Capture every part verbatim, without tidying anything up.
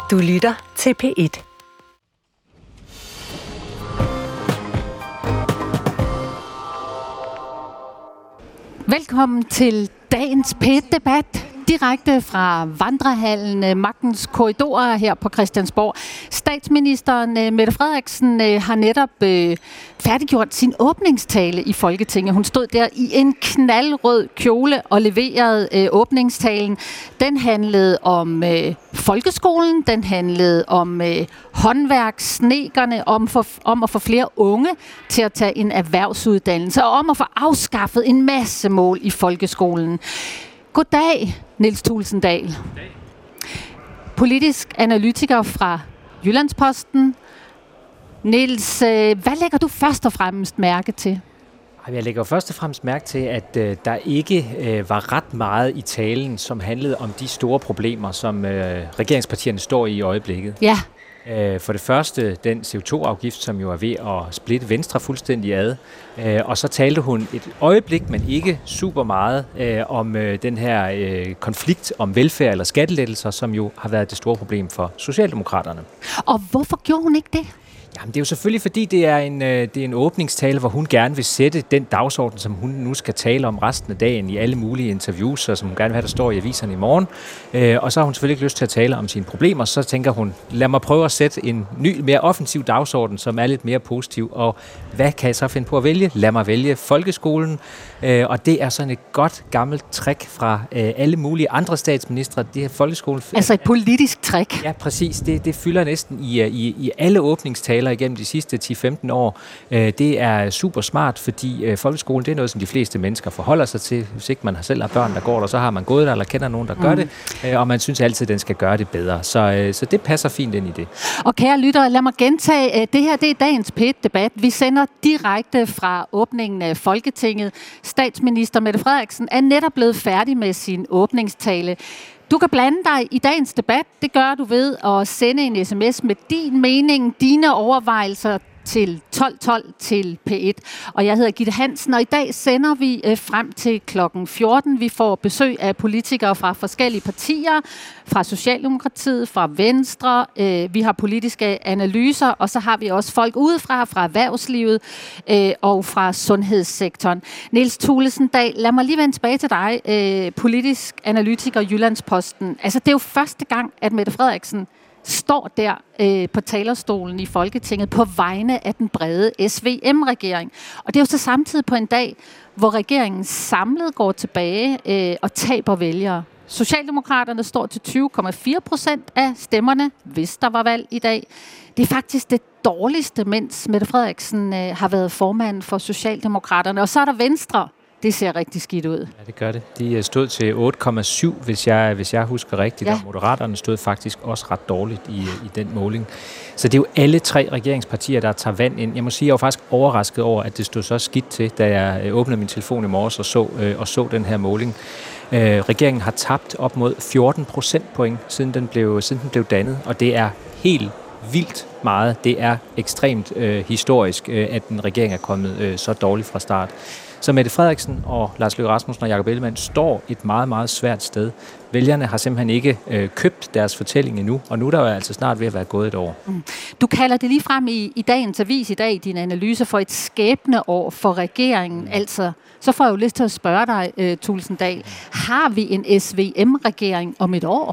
Du lytter til P et. Velkommen til dagens P et-debat, direkte fra vandrehallen Magtens Korridorer her på Christiansborg. Statsministeren Mette Frederiksen har netop øh, færdiggjort sin åbningstale i Folketinget. Hun stod der i en knaldrød kjole og leverede øh, åbningstalen. Den handlede om øh, folkeskolen, den handlede om øh, håndværk, snedkerne, om, for, om at få flere unge til at tage en erhvervsuddannelse, og om at få afskaffet en masse mål i folkeskolen. Goddag, Niels Thulesen Dahl. Politisk analytiker fra Jyllandsposten. Niels, hvad lægger du først og fremmest mærke til? Jeg lægger først og fremmest mærke til, at øh, der ikke øh, var ret meget i talen, som handlede om de store problemer, som øh, regeringspartierne står i i øjeblikket. Ja. For det første den C O to afgift, som jo er ved at splitte Venstre fuldstændig ad. Og så talte hun et øjeblik, men ikke super meget, om den her konflikt om velfærd eller skattelettelser, som jo har været det store problem for Socialdemokraterne. Og hvorfor gjorde hun ikke det? Jamen, det er jo selvfølgelig, fordi det er, en, det er en åbningstale, hvor hun gerne vil sætte den dagsorden, som hun nu skal tale om resten af dagen i alle mulige interviews, og som hun gerne vil have, der står i aviserne i morgen. Øh, og så har hun selvfølgelig ikke lyst til at tale om sine problemer, så tænker hun, lad mig prøve at sætte en ny, mere offensiv dagsorden, som er lidt mere positiv. Og hvad kan jeg så finde på at vælge? Lad mig vælge folkeskolen. Øh, og det er sådan et godt gammelt trick fra øh, alle mulige andre statsministre. Det her folkeskole. Altså et politisk trick. Ja, præcis. Det, det fylder næsten i, i, i alle åbningstaler igennem de sidste ti til femten år. Det er super smart, fordi folkeskolen, det er noget, som de fleste mennesker forholder sig til. Hvis ikke man selv har børn, der går der, så har man gået der, eller kender nogen, der gør mm. det, og man synes altid, at den skal gøre det bedre. Så, så det passer fint ind i det. Og kære lyttere, lad mig gentage, det her det er dagens P et-debat. Vi sender direkte fra åbningen af Folketinget. Statsminister Mette Frederiksen er netop blevet færdig med sin åbningstale. Du kan blande dig i dagens debat. Det gør du ved at sende en sms med din mening, dine overvejelser til tolv tolv til P et. Og jeg hedder Gitte Hansen, og i dag sender vi øh, frem til klokken fjorten. Vi får besøg af politikere fra forskellige partier, fra Socialdemokratiet, fra Venstre. Øh, vi har politiske analyser, og så har vi også folk udefra, fra erhvervslivet øh, og fra sundhedssektoren. Niels Thulesen Dahl, lad mig lige vende tilbage til dig, øh, politisk analytiker Jyllandsposten. Altså, det er jo første gang, at Mette Frederiksen står der øh, på talerstolen i Folketinget på vegne af den brede S V M-regering. Og det er jo så samtidig på en dag, hvor regeringen samlet går tilbage øh, og taber vælgere. Socialdemokraterne står til tyve komma fire procent af stemmerne, hvis der var valg i dag. Det er faktisk det dårligste, mens Mette Frederiksen øh, har været formand for Socialdemokraterne. Og så er der Venstre. Det ser rigtig skidt ud. Ja, det gør det. De stod til otte komma syv, hvis jeg, hvis jeg husker rigtigt, ja. Og Moderaterne stod faktisk også ret dårligt i, i den måling. Så det er jo alle tre regeringspartier, der tager vand ind. Jeg må sige, jeg var faktisk overrasket over, at det stod så skidt til, da jeg åbnede min telefon i morges og så, øh, og så den her måling. Øh, regeringen har tabt op mod fjorten procentpoint, siden den blev, siden den blev dannet, og det er helt vildt meget. Det er ekstremt øh, historisk, øh, at en regering er kommet øh, så dårligt fra start. Så Mette Frederiksen og Lars Løkke Rasmussen og Jakob Ellemann står et meget, meget svært sted. Vælgerne har simpelthen ikke øh, købt deres fortælling endnu, og nu er der jo altså snart ved at være gået et år. Mm. Du kalder det lige frem i, i dagens avis i dag, i din analyse, for et skæbneår for regeringen. Mm. Altså, så får jeg jo lyst til at spørge dig, uh, Thulesen Dahl, har vi en S V M-regering om et år?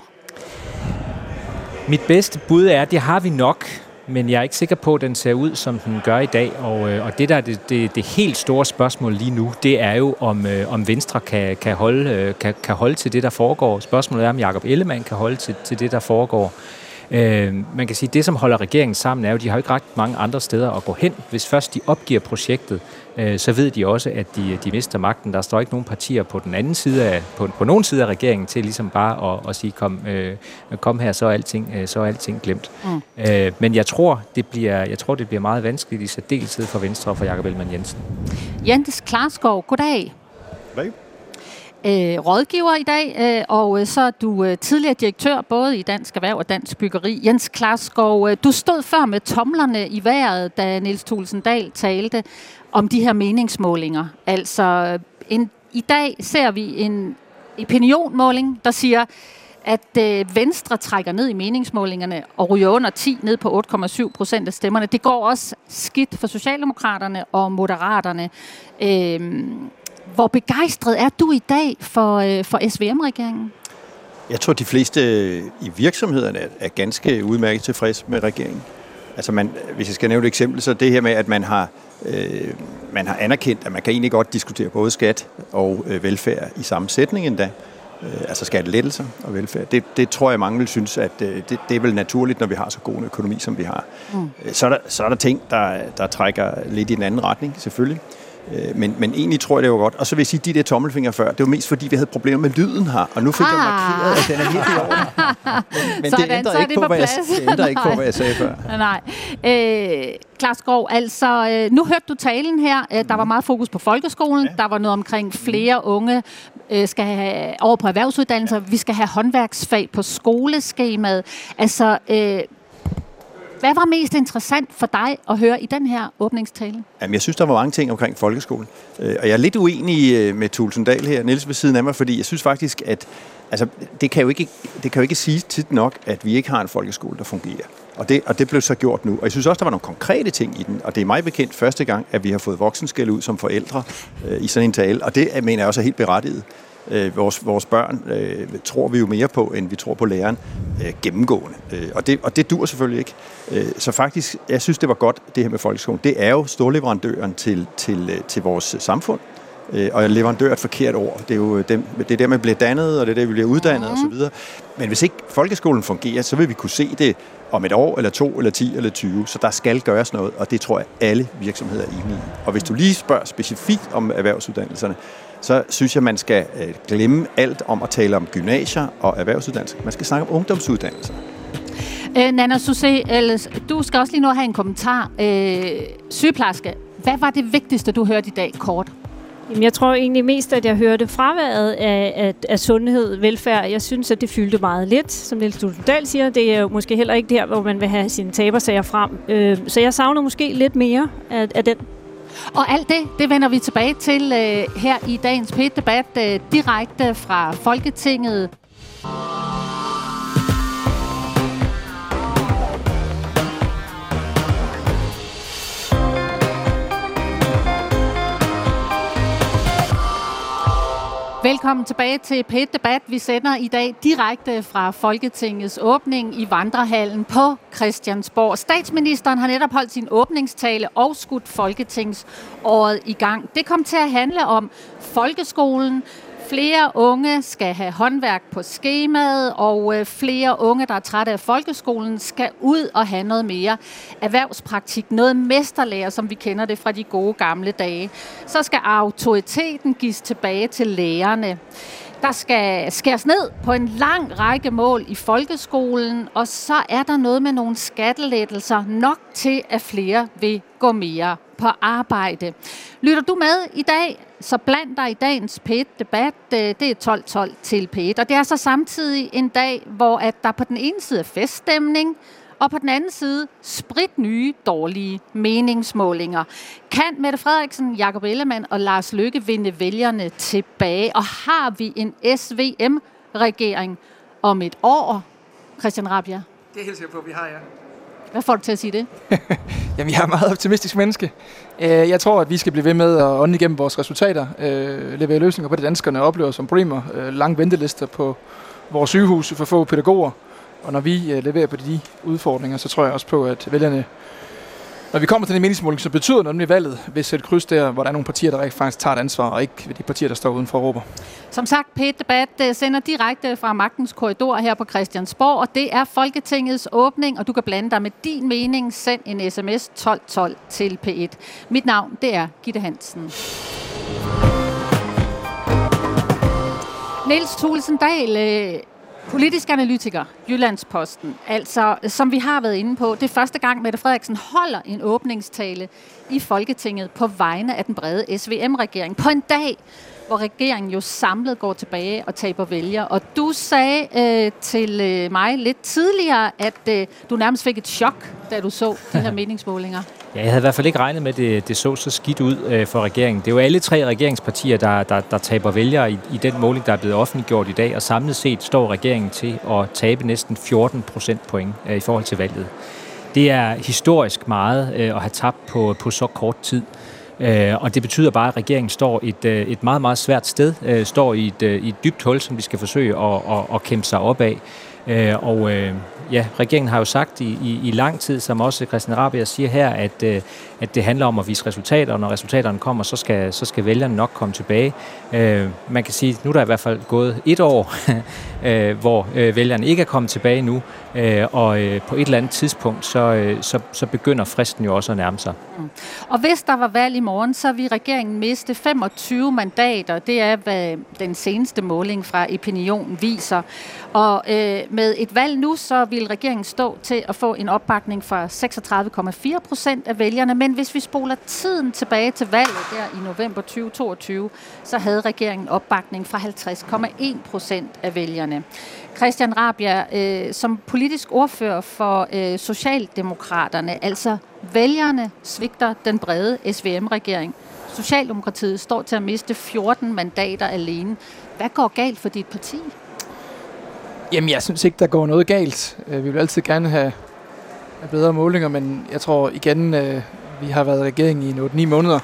Mit bedste bud er, at det har vi nok. Men jeg er ikke sikker på, at den ser ud, som den gør i dag. Og, og det der det, det, det helt store spørgsmål lige nu, det er jo, om, øh, om Venstre kan, kan, holde, øh, kan, kan holde til det, der foregår. Spørgsmålet er, om Jakob Ellemann kan holde til, til det, der foregår. Øh, man kan sige, at det, som holder regeringen sammen, er jo, de har jo ikke ret mange andre steder at gå hen. Hvis først de opgiver projektet, øh, så ved de også, at de, de mister magten. Der står ikke nogen partier på den anden side af, på, på nogen side af regeringen til ligesom bare at, at sige, kom, øh, kom her, så er alting, øh, så er alting glemt. Mm. Øh, men jeg tror, det bliver, jeg tror, det bliver meget vanskeligt i særdeleshed for Venstre og for Jakob Ellemann-Jensen. Jens Klarskov, goddag. Goddag. Øh, rådgiver i dag, øh, og så er du øh, tidligere direktør både i Dansk Erhverv og Dansk Byggeri. Jens Klarskov, øh, du stod før med tomlerne i vejret, da Niels Thulesen Dahl talte om de her meningsmålinger. Altså, en, i dag ser vi en opinionmåling, der siger, at øh, Venstre trækker ned i meningsmålingerne og ryger under ti, ned på otte komma syv procent af stemmerne. Det går også skidt for Socialdemokraterne og Moderaterne. Øh, hvor begejstret er du i dag for, øh, for S V M-regeringen? Jeg tror, de fleste i virksomhederne er ganske udmærket tilfreds med regeringen. Altså man, hvis jeg skal nævne et eksempel, så det her med, at man har, øh, man har anerkendt, at man kan egentlig godt diskutere både skat og øh, velfærd i samme sætning endda. Øh, altså skattelettelser og velfærd. Det, det tror jeg, mange vil synes, at øh, det, det er vel naturligt, når vi har så god en økonomi, som vi har. Mm. Så, er der, så er der ting, der, der trækker lidt i den anden retning, selvfølgelig. Men, men egentlig tror jeg, det var godt. Og så vil jeg sige, de der tommelfingre før, det var mest fordi, vi havde problemer med lyden her, og nu fik ah. jeg markeret, at den er virkelig over. Men, men det, ændrer ikke på, på hvad jeg, det ændrer ikke på, hvad jeg sagde før. Nej. Øh, Claus Skov, altså, øh, nu hørte du talen her. Øh, der var meget fokus på folkeskolen. Ja. Der var noget omkring flere unge øh, skal have over på erhvervsuddannelser. Ja. Vi skal have håndværksfag på skoleskemaet. Altså... Øh, Hvad var mest interessant for dig at høre i den her åbningstale? Jamen, jeg synes, der var mange ting omkring folkeskolen. Og jeg er lidt uenig med Thulesen Dahl her, Niels ved siden af mig, fordi jeg synes faktisk, at altså, det, kan jo ikke, det kan jo ikke sige tit nok, at vi ikke har en folkeskole, der fungerer. Og det, og det blev så gjort nu. Og jeg synes også, der var nogle konkrete ting i den. Og det er mig bekendt første gang, at vi har fået voksenskæld ud som forældre øh, i sådan en tale. Og det mener jeg også er helt berettiget. Øh, vores, vores børn øh, tror vi jo mere på, end vi tror på læreren øh, gennemgående. Øh, og, det, og det dur selvfølgelig ikke. Øh, så faktisk, jeg synes, det var godt, det her med folkeskolen. Det er jo storleverandøren til, til, til vores samfund. Øh, og leverandør er et forkert ord. Det er jo dem, det er der, man bliver dannet, og det er der, vi bliver uddannet mm. osv. Men hvis ikke folkeskolen fungerer, så vil vi kunne se det om et år, eller to, eller ti, eller tyve. Så der skal gøres noget, og det tror jeg, alle virksomheder er enige i. Og hvis du lige spørger specifikt om erhvervsuddannelserne, så synes jeg, man skal øh, glemme alt om at tale om gymnasier og erhvervsuddannelser. Man skal snakke om ungdomsuddannelser. Øh, Nanna Susse, du skal også lige nu have en kommentar. Øh, sygeplejerske, hvad var det vigtigste, du hørte i dag kort? Jamen, jeg tror egentlig mest, at jeg hørte fraværet af, af, af sundhed, velfærd. Jeg synes, at det fyldte meget lidt, som Niels Thulesen Dahl siger. Det er jo måske heller ikke der, hvor man vil have sine tabersager frem. Øh, så jeg savner måske lidt mere af, af den. Og alt det, det vender vi tilbage til øh, her i dagens P et-debat, øh, direkte fra Folketinget. Velkommen tilbage til P et-debat. Vi sender i dag direkte fra Folketingets åbning i Vandrehallen på Christiansborg. Statsministeren har netop holdt sin åbningstale og skudt Folketingsåret i gang. Det kom til at handle om folkeskolen. Flere unge skal have håndværk på skemaet, og flere unge, der er trætte af folkeskolen, skal ud og have noget mere erhvervspraktik, noget mesterlære, som vi kender det fra de gode gamle dage. Så skal autoriteten gives tilbage til lærerne. Der skal skæres ned på en lang række mål i folkeskolen, og så er der noget med nogle skattelettelser nok til, at flere vil gå mere på arbejde. Lytter du med i dag, så bland dig i dagens P et-debat. Det er tolv tolv til P et, og det er så samtidig en dag, hvor at der på den ene side er feststemning, og på den anden side spritnye, dårlige meningsmålinger. Kan Mette Frederiksen, Jakob Ellemann og Lars Løkke vinde vælgerne tilbage? Og har vi en S V M-regering om et år? Christian Rabjerg? Det er helt sikkert på, at vi har, ja. Hvad får du til at sige det? Jamen, jeg er meget optimistisk menneske. Jeg tror, at vi skal blive ved med at ånde igennem vores resultater, levere løsninger på det, danskerne oplever som problemer, lange ventelister på vores sygehuse for få pædagoger. Og når vi leverer på de udfordringer, så tror jeg også på, at vælgerne, når vi kommer til den meningsmåling, så betyder nemlig valget, hvis et kryds der, hvor der er nogle partier, der faktisk tager et ansvar, og ikke de partier, der står udenfor og råber. Som sagt, P et-debat sender direkte fra magtens korridor her på Christiansborg, og det er Folketingets åbning, og du kan blande dig med din mening. Send en sms tolv tolv til P et. Mit navn, det er Gitte Hansen. Niels Thulesen Dahl, politisk analytiker, Jyllandsposten. Altså, som vi har været inde på, det er første gang, Mette Frederiksen holder en åbningstale i Folketinget på vegne af den brede S V M-regering. På en dag, hvor regeringen jo samlet går tilbage og taber vælgere. Og du sagde øh, til øh, mig lidt tidligere, at øh, du nærmest fik et chok, da du så de her meningsmålinger. Ja, jeg havde i hvert fald ikke regnet med, at det, det så så skidt ud øh, for regeringen. Det er jo alle tre regeringspartier, der, der, der taber vælgere i, i den måling, der er blevet offentliggjort i dag, og samlet set står regeringen til at tabe næsten fjorten procentpoint øh, i forhold til valget. Det er historisk meget øh, at have tabt på, på så kort tid. Øh, og det betyder bare, at regeringen står et, øh, et meget, meget svært sted, øh, står i et, øh, i et dybt hul, som vi skal forsøge at, at, at kæmpe sig op af. Øh, og øh, ja, regeringen har jo sagt i, i, i lang tid, som også Christian Rabjerg siger her, at, øh, at det handler om at vise resultater, og når resultaterne kommer, så skal, så skal vælgerne nok komme tilbage. Øh, man kan sige, at nu er der i hvert fald gået et år, øh, hvor øh, vælgerne ikke er kommet tilbage nu, øh, og øh, på et eller andet tidspunkt, så, øh, så, så begynder fristen jo også at nærme sig. Mm. Og hvis der var valg i morgen, så vil regeringen miste femogtyve mandater. Det er, hvad den seneste måling fra Epinion viser. Og øh, med et valg nu, så vil regeringen stå til at få en opbakning fra seksogtredive komma fire procent af vælgerne. Men hvis vi spoler tiden tilbage til valget der i november tyve toogtyve, så havde regeringen opbakning fra halvtreds komma en procent af vælgerne. Christian Rabjerg, øh, som politisk ordfører for øh, Socialdemokraterne, altså vælgerne svigter den brede S V M-regering. Socialdemokratiet står til at miste fjorten mandater alene. Hvad går galt for dit parti? Jamen, jeg synes ikke, der går noget galt. Vi vil altid gerne have bedre målinger, men jeg tror igen, vi har været i regeringen i otte ni måneder.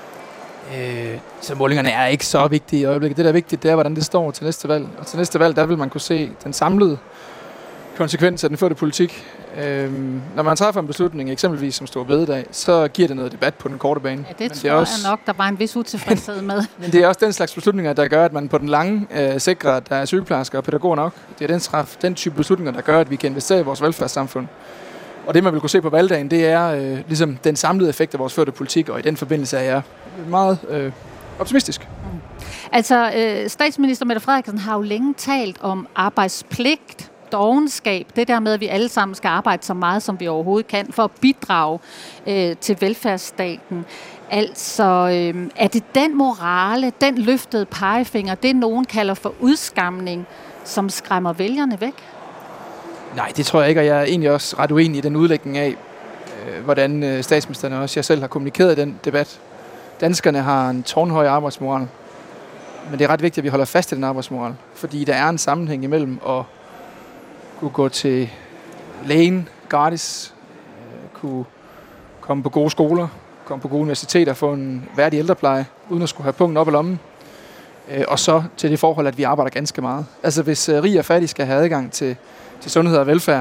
Så målingerne er ikke så vigtige i øjeblikket. Det, der er vigtigt, det er, hvordan det står til næste valg. Og til næste valg, der vil man kunne se den samlede konsekvens af den førte politik. Øhm, når man træffer en beslutning, eksempelvis som store bededag, så giver det noget debat på den korte bane. Ja, det men tror det er også, jeg nok, der var en vis utilfredshed med. Men det er også den slags beslutninger, der gør, at man på den lange øh, sikrer, at der er sygeplejersker og pædagoger nok. Det er den, straf, den type beslutninger, der gør, at vi kan investere i vores velfærdssamfund. Og det, man vil kunne se på valgdagen, det er øh, ligesom den samlede effekt af vores førte politik, og i den forbindelse er jeg meget øh, optimistisk. Mm. Altså, øh, statsminister Mette Frederiksen har jo længe talt om arbejdspligt, dovenskab, det der med, at vi alle sammen skal arbejde så meget, som vi overhovedet kan, for at bidrage øh, til velfærdsstaten. Altså, øh, er det den morale, den løftede pegefinger, det nogen kalder for udskamning, som skræmmer vælgerne væk? Nej, det tror jeg ikke, og jeg er egentlig også ret uenig i den udlægning af, øh, hvordan øh, statsministeren og også jeg selv har kommunikeret i den debat. Danskerne har en tårnhøj arbejdsmoral, men det er ret vigtigt, at vi holder fast i den arbejdsmoral, fordi der er en sammenhæng imellem at kunne gå til lægen gratis, kunne komme på gode skoler, komme på gode universiteter, få en værdig ældrepleje, uden at skulle have punkten op i lommen. Og så til det forhold, at vi arbejder ganske meget. Altså hvis rig og fattig skal have adgang til, til sundhed og velfærd,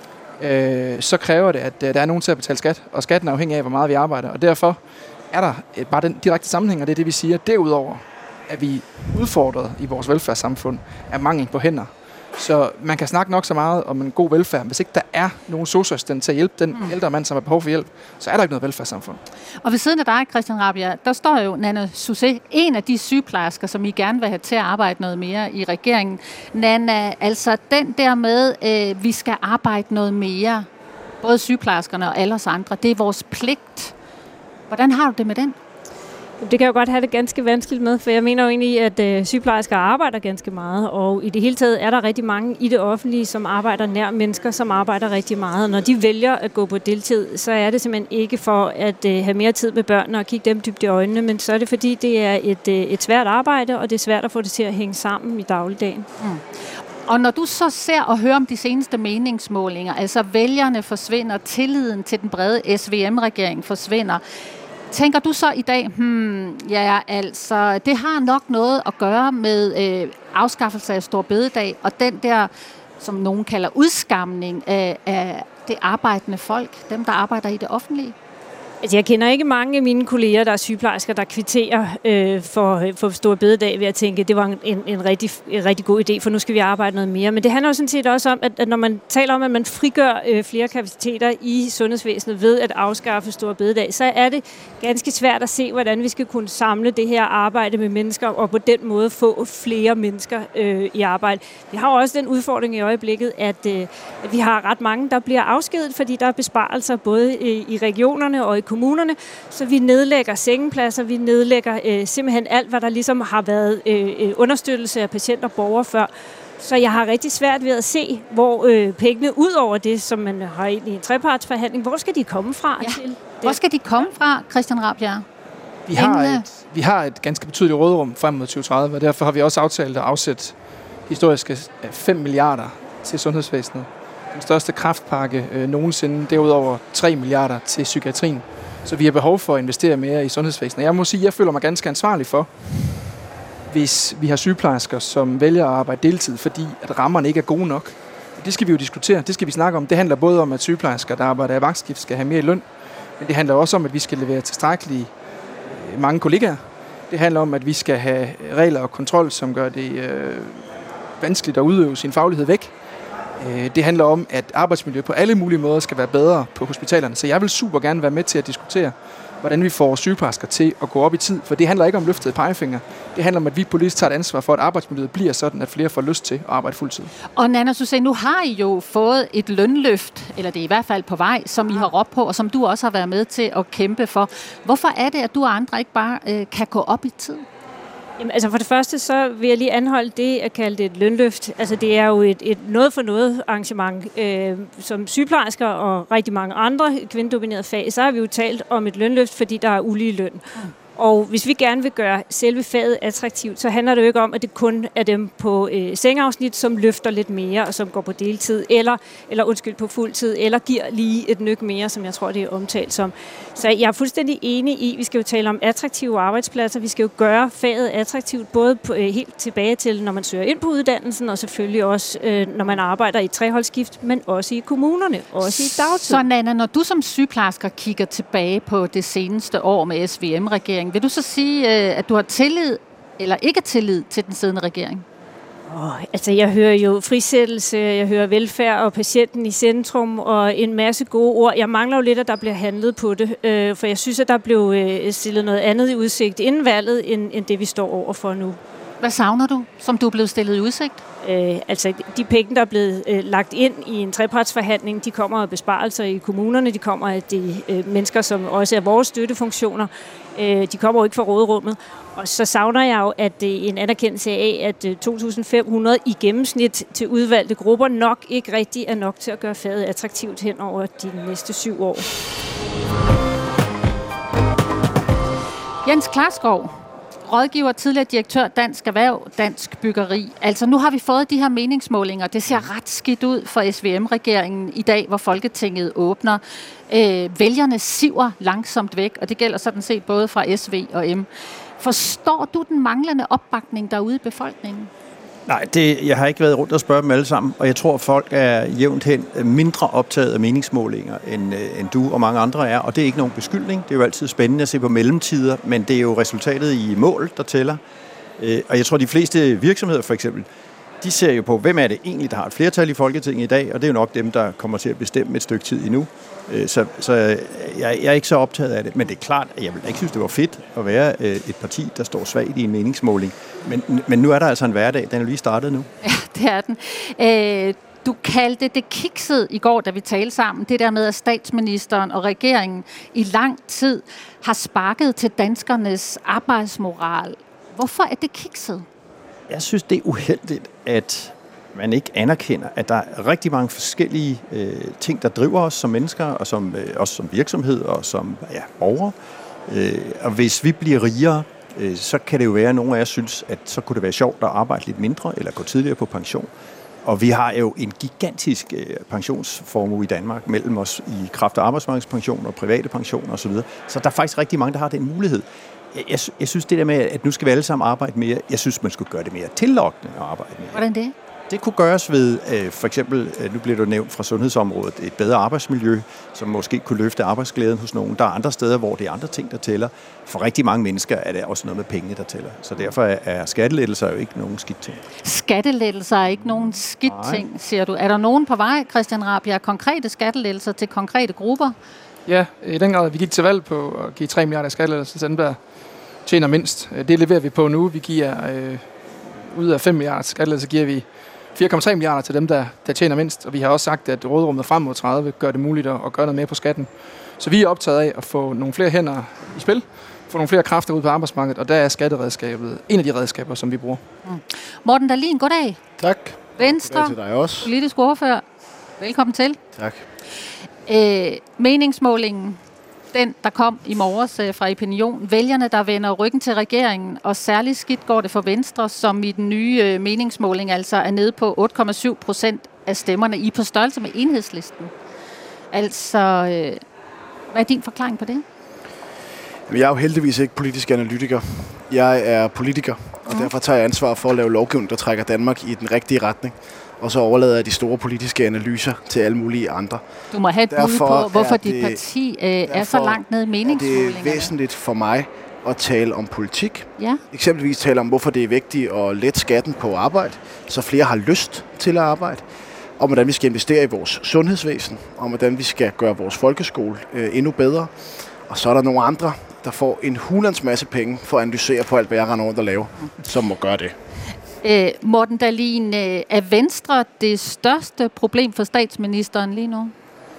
så kræver det, at der er nogen til at betale skat, og skatten er afhængig af, hvor meget vi arbejder. Og derfor er der bare den direkte sammenhæng, og det er det, vi siger. Derudover er vi udfordret i vores velfærdssamfund af mangel på hænder. Så man kan snakke nok så meget om en god velfærd, men hvis ikke der er nogen sosu-assistent til at hjælpe den mm. ældre mand, som har behov for hjælp, så er der ikke noget velfærdssamfund. Og ved siden af dig, Christian Rabjerg, der står jo Nanna Susse, en af de sygeplejersker, som I gerne vil have til at arbejde noget mere i regeringen. Nanna, altså den der med, øh, vi skal arbejde noget mere, både sygeplejerskerne og alle os andre, det er vores pligt. Hvordan har du det med den? Det kan jeg jo godt have det ganske vanskeligt med, for jeg mener jo egentlig, at øh, sygeplejersker arbejder ganske meget, og i det hele taget er der rigtig mange i det offentlige, som arbejder nær mennesker, som arbejder rigtig meget. Og når de vælger at gå på deltid, så er det simpelthen ikke for at øh, have mere tid med børnene og kigge dem dybt i øjnene, men så er det fordi, det er et, øh, et svært arbejde, og det er svært at få det til at hænge sammen i dagligdagen. Mm. Og når du så ser og hører om de seneste meningsmålinger, altså vælgerne forsvinder, tilliden til den brede S V M-regering forsvinder, tænker du så i dag, hmm, ja, altså, det har nok noget at gøre med øh, afskaffelse af store bededag, og den der, som nogen kalder udskamning af, af det arbejdende folk, dem, der arbejder i det offentlige? Altså, jeg kender ikke mange af mine kolleger, der er sygeplejersker, der kvitterer øh, for, for store bededag ved at tænke, at det var en, en, en, rigtig, en rigtig god idé, for nu skal vi arbejde noget mere. Men det handler jo sådan set også om, at, at når man taler om, at man frigør øh, flere kapaciteter i sundhedsvæsenet ved at afskaffe store bededag, så er det ganske svært at se, hvordan vi skal kunne samle det her arbejde med mennesker, og på den måde få flere mennesker øh, i arbejde. Vi har også den udfordring i øjeblikket, at, øh, at vi har ret mange, der bliver afskediget, fordi der er besparelser både i, i regionerne og i kommunerne, så vi nedlægger sengepladser, vi nedlægger øh, simpelthen alt, hvad der ligesom har været øh, understøttelse af patienter og borgere før. Så jeg har rigtig svært ved at se, hvor øh, pengene, ud over det, som man har ind i en trepartsforhandling, hvor skal de komme fra? Ja. Til det? Hvor skal de komme fra, Christian Rabjerg? Vi har, et, vi har et ganske betydeligt råderum frem mod tyve tredive, og derfor har vi også aftalt at afsætte historiske fem milliarder til sundhedsvæsenet. Den største kræftpakke øh, nogensinde, derudover tre milliarder til psykiatrien. Så vi har behov for at investere mere i sundhedsvæsenet. Jeg må sige, at jeg føler mig ganske ansvarlig for, hvis vi har sygeplejersker, som vælger at arbejde deltid, fordi at rammerne ikke er gode nok. Det skal vi jo diskutere, det skal vi snakke om. Det handler både om, at sygeplejersker, der arbejder i vagtskift, skal have mere i løn, men det handler også om, at vi skal levere tilstrækkelige mange kollegaer. Det handler om, at vi skal have regler og kontrol, som gør det øh, vanskeligt at udøve sin faglighed væk. Øh, det handler om, at arbejdsmiljø på alle mulige måder skal være bedre på hospitalerne. Så jeg vil super gerne være med til at diskutere, hvordan vi får sygeplejersker til at gå op i tid. For det handler ikke om løftede pegefinger. Det handler om, at vi politisk tager et ansvar for, at arbejdsmiljøet bliver sådan, at flere får lyst til at arbejde fuldtid. Og Nanna Susanne, nu har I jo fået et lønløft, eller det er i hvert fald på vej, som I har råbt på, og som du også har været med til at kæmpe for. Hvorfor er det, at du og andre ikke bare øh, kan gå op i tid? Jamen, altså for det første, så vil jeg lige anholde det at kalde det et lønløft. Altså det er jo et, et noget for noget arrangement. Øh, som sygeplejersker og rigtig mange andre kvindedominerede fag, så har vi jo talt om et lønløft, fordi der er ulige løn. Mm. Og hvis vi gerne vil gøre selve faget attraktivt, så handler det jo ikke om, at det kun er dem på øh, sengeafsnit, som løfter lidt mere, og som går på deltid, eller, eller undskyld, på fuldtid, eller giver lige et nyk mere, som jeg tror, det er omtalt som. Så jeg er fuldstændig enig i, vi skal jo tale om attraktive arbejdspladser, vi skal jo gøre faget attraktivt, både på, øh, helt tilbage til, når man søger ind på uddannelsen, og selvfølgelig også, øh, når man arbejder i treholdsskift, men også i kommunerne, også i dagtid. Så Nanna, når du som sygeplejersker kigger tilbage på det seneste år med S V M-regeringen, vil du så sige, at du har tillid eller ikke tillid til den siddende regering? Oh, altså, jeg hører jo frisættelse, jeg hører velfærd og patienten i centrum og en masse gode ord. Jeg mangler jo lidt, at der bliver handlet på det, øh, for jeg synes, at der blev øh, stillet noget andet i udsigt inden valget, end, end det vi står overfor nu. Hvad savner du, som du er blevet stillet i udsigt? Øh, altså, de penge, der er blevet øh, lagt ind i en trepartsforhandling, de kommer af besparelser i kommunerne, de kommer af de øh, mennesker, som også er vores støttefunktioner. Øh, de kommer jo ikke fra råderummet. Og så savner jeg jo, at det er en anerkendelse af, at øh, to tusind fem hundrede i gennemsnit til udvalgte grupper nok ikke rigtig er nok til at gøre faget attraktivt hen over de næste syv år. Jens Klarskov, rådgiver, tidligere direktør Dansk Erhverv, Dansk Byggeri. Altså nu har vi fået de her meningsmålinger. Det ser ret skidt ud for S V M-regeringen i dag, hvor Folketinget åbner. Øh, vælgerne siver langsomt væk, og det gælder sådan set både fra S V og M. Forstår du den manglende opbakning derude i befolkningen? Nej, det, jeg har ikke været rundt og spørge dem alle sammen, og jeg tror, at folk er jævnt hen mindre optaget af meningsmålinger, end, end du og mange andre er, og det er ikke nogen beskyldning. Det er jo altid spændende at se på mellemtider, men det er jo resultatet i mål, der tæller. Og jeg tror, de fleste virksomheder for eksempel, de ser jo på, hvem er det egentlig, der har et flertal i Folketinget i dag, og det er jo nok dem, der kommer til at bestemme et stykke tid endnu. Så, så jeg, jeg er ikke så optaget af det, men det er klart, at jeg vil ikke synes, det var fedt at være et parti, der står svagt i en meningsmåling. Men, men nu er der altså en hverdag, den er lige startet nu. Ja, det er den. Øh, du kaldte det kikset i går, da vi talte sammen, det der med, at statsministeren og regeringen i lang tid har sparket til danskernes arbejdsmoral. Hvorfor er det kikset? Jeg synes, det er uheldigt, at man ikke anerkender, at der er rigtig mange forskellige øh, ting, der driver os som mennesker, og som, øh, også som virksomhed og som ja, borgere. Øh, og hvis vi bliver rigere, øh, så kan det jo være, at nogle af os synes, at så kunne det være sjovt at arbejde lidt mindre, eller gå tidligere på pension. Og vi har jo en gigantisk øh, pensionsformue i Danmark mellem os i kraft af arbejdsmarkedspensioner, private pensioner osv. Så der er faktisk rigtig mange, der har den mulighed. Jeg, jeg synes det der med, at nu skal vi alle sammen arbejde mere, jeg synes, man skulle gøre det mere tillokkende at arbejde mere. Hvordan det? Det kunne gøres ved, øh, for eksempel, øh, nu bliver du nævnt fra sundhedsområdet, et bedre arbejdsmiljø, som måske kunne løfte arbejdsglæden hos nogen. Der er andre steder, hvor det er andre ting, der tæller. For rigtig mange mennesker er det også noget med pengene, der tæller. Så derfor er skattelettelser jo ikke nogen skidt ting. Skattelettelser er ikke nogen skidt ting, siger du. Er der nogen på vej, Christian Rabjerg, konkrete skattelettelser til konkrete grupper? Ja, i den grad. Vi gik til valg på at give tre milliarder skattelettelser til dem, der tjener mindst. Det leverer vi på nu. Vi giver øh, ud af fem milliarder skattelettelser, giver vi fire komma tre milliarder til dem, der, der tjener mindst. Og vi har også sagt, at råderummet frem mod tredive gør det muligt at, at gøre noget mere på skatten. Så vi er optaget af at få nogle flere hænder i spil, få nogle flere kræfter ud på arbejdsmarkedet, og der er skatteredskabet en af de redskaber, som vi bruger. Mm. Morten Dahlin, goddag. Tak. Venstre, goddag til dig også. Politisk ordfører. Velkommen til. Tak. Øh, meningsmålingen, den der kom i morges øh, fra Opinion. Vælgerne, der vender ryggen til regeringen, og særligt skidt går det for Venstre, som i den nye øh, meningsmåling altså er nede på otte komma syv procent af stemmerne. I er på størrelse med Enhedslisten. Altså, øh, hvad er din forklaring på det? Jeg er jo heldigvis ikke politisk analytiker. Jeg er politiker, og mm. derfor tager jeg ansvar for at lave lovgivning, der trækker Danmark i den rigtige retning. Og så overlader jeg de store politiske analyser til alle mulige andre. Du må have et bud på, hvorfor dit parti øh, er så langt ned i meningsmålingerne. Det er væsentligt for mig at tale om politik. Ja. Eksempelvis tale om, hvorfor det er vigtigt at lette skatten på arbejde, så flere har lyst til at arbejde. Om hvordan vi skal investere i vores sundhedsvæsen, om hvordan vi skal gøre vores folkeskole øh, endnu bedre. Og så er der nogle andre, der får en hulens masse penge for at analysere på alt, hvad jeg render rundt og laver, som må gøre det. Øh, Morten Dahlin, øh, er Venstre det største problem for statsministeren lige nu?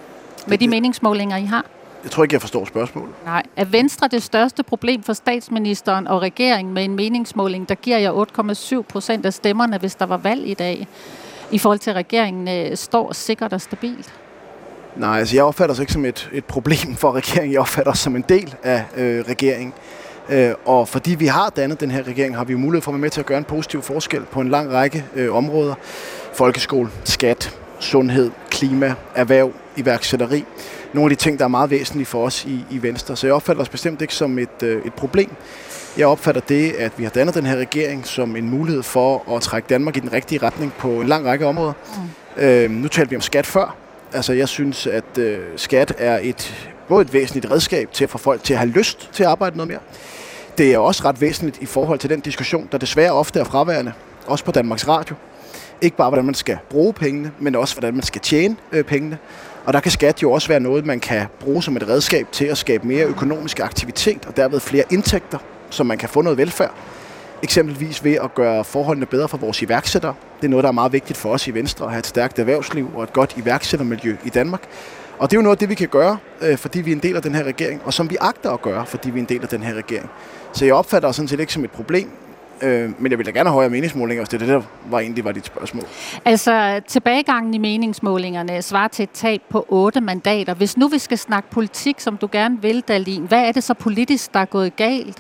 Med de meningsmålinger, I har? Jeg tror ikke, jeg forstår spørgsmålet. Nej. Er Venstre det største problem for statsministeren og regeringen med en meningsmåling, der giver jer otte komma syv procent af stemmerne, hvis der var valg i dag, i forhold til, at regeringen øh, står sikkert og stabilt? Nej, altså jeg opfatter det ikke som et, et problem for regeringen. Jeg opfatter det som en del af øh, regeringen. Øh, og fordi vi har dannet den her regering, har vi jo mulighed for at være med til at gøre en positiv forskel på en lang række øh, områder. Folkeskole, skat, sundhed, klima, erhverv, iværksætteri. Nogle af de ting, der er meget væsentlige for os i, i Venstre. Så jeg opfatter os bestemt ikke som et, øh, et problem. Jeg opfatter det, at vi har dannet den her regering som en mulighed for at trække Danmark i den rigtige retning på en lang række områder. Mm. Øh, nu talte vi om skat før. Altså jeg synes, at øh, skat er et, både et væsentligt redskab til at få folk til at have lyst til at arbejde noget mere. Det er også ret væsentligt i forhold til den diskussion, der desværre ofte er fraværende, også på Danmarks Radio. Ikke bare, hvordan man skal bruge pengene, men også, hvordan man skal tjene øh, pengene. Og der kan skat jo også være noget, man kan bruge som et redskab til at skabe mere økonomisk aktivitet, og derved flere indtægter, så man kan få noget velfærd. Eksempelvis ved at gøre forholdene bedre for vores iværksættere. Det er noget, der er meget vigtigt for os i Venstre, at have et stærkt erhvervsliv og et godt iværksættermiljø i Danmark. Og det er jo noget af det, vi kan gøre, øh, fordi vi er en del af den her regering, og som vi agter at gøre, fordi vi er en del af den her regering. Så jeg opfatter sådan set ikke som et problem, øh, men jeg vil da gerne have højere meningsmålinger, hvis det er det, der var egentlig var dit spørgsmål. Altså, tilbagegangen i meningsmålingerne svarer til et tab på otte mandater. Hvis nu vi skal snakke politik, som du gerne vil, Dahlin, hvad er det så politisk, der er gået galt?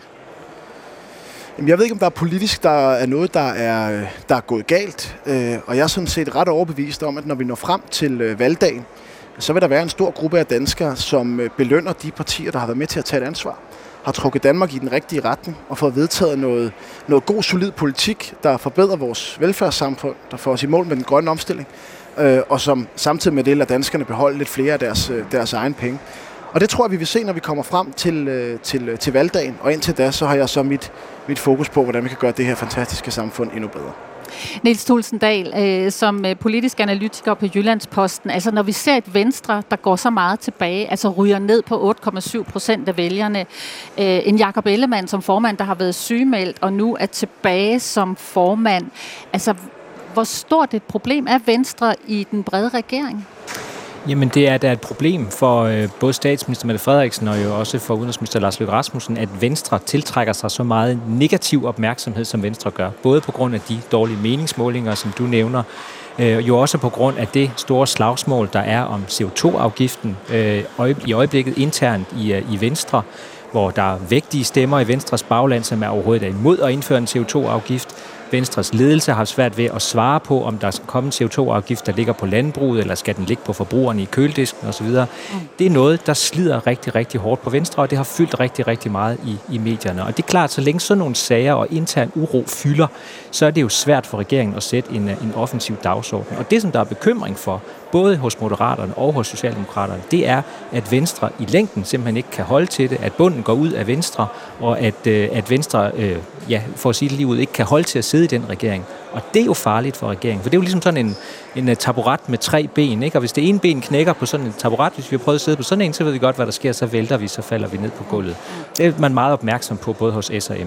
Jamen, jeg ved ikke, om der er politisk, der er noget, der er, der er gået galt, øh, og jeg er sådan set ret overbevist om, at når vi når frem til øh, valgdagen, så vil der være en stor gruppe af danskere, som øh, belønner de partier, der har været med til at tage et ansvar, har trukket Danmark i den rigtige retning og fået vedtaget noget, noget god, solid politik, der forbedrer vores velfærdssamfund, der får os i mål med den grønne omstilling, øh, og som samtidig med det lader danskerne beholde lidt flere af deres, øh, deres egen penge. Og det tror jeg, vi vil se, når vi kommer frem til, øh, til, til valgdagen, og indtil da, så har jeg så mit, mit fokus på, hvordan vi kan gøre det her fantastiske samfund endnu bedre. Niels Thulesen Dahl, øh, som politisk analytiker på Jyllandsposten, altså når vi ser et Venstre, der går så meget tilbage, altså ryger ned på otte komma syv procent af vælgerne, øh, en Jakob Ellemann som formand, der har været sygemeldt og nu er tilbage som formand, altså hvor stort et problem er Venstre i den brede regering? Jamen det er da et problem for øh, både statsminister Mette Frederiksen og jo også for udenrigsminister Lars Løkke Rasmussen, at Venstre tiltrækker sig så meget negativ opmærksomhed, som Venstre gør. Både på grund af de dårlige meningsmålinger, som du nævner, øh, jo også på grund af det store slagsmål, der er om C O to afgiften øh, i øjeblikket internt i, øh, i Venstre, hvor der er vægtige stemmer i Venstres bagland, som er overhovedet er imod at indføre en C O to afgift. Venstres ledelse har svært ved at svare på, om der skal komme en C O to afgift, der ligger på landbruget, eller skal den ligge på forbrugerne i køledisken osv. Mm. Det er noget, der slider rigtig, rigtig hårdt på Venstre, og det har fyldt rigtig, rigtig meget i, i medierne. Og det er klart, så længe sådan nogle sager og intern uro fylder, så er det jo svært for regeringen at sætte en, en offensiv dagsorden. Og det, som der er bekymring for, både hos Moderaterne og hos Socialdemokraterne, det er, at Venstre i længden simpelthen ikke kan holde til det, at bunden går ud af Venstre, og at, at Venstre, øh, ja, for at sige det lige ud, ikke kan holde til at sidde i den regering. Og det er jo farligt for regeringen, for det er jo ligesom sådan en, en taburet med tre ben, ikke? Og hvis det ene ben knækker på sådan en taburet, hvis vi har prøvet at sidde på sådan en, så ved vi godt, hvad der sker, så vælter vi, så falder vi ned på gulvet. Det er man meget opmærksom på, både hos S og M.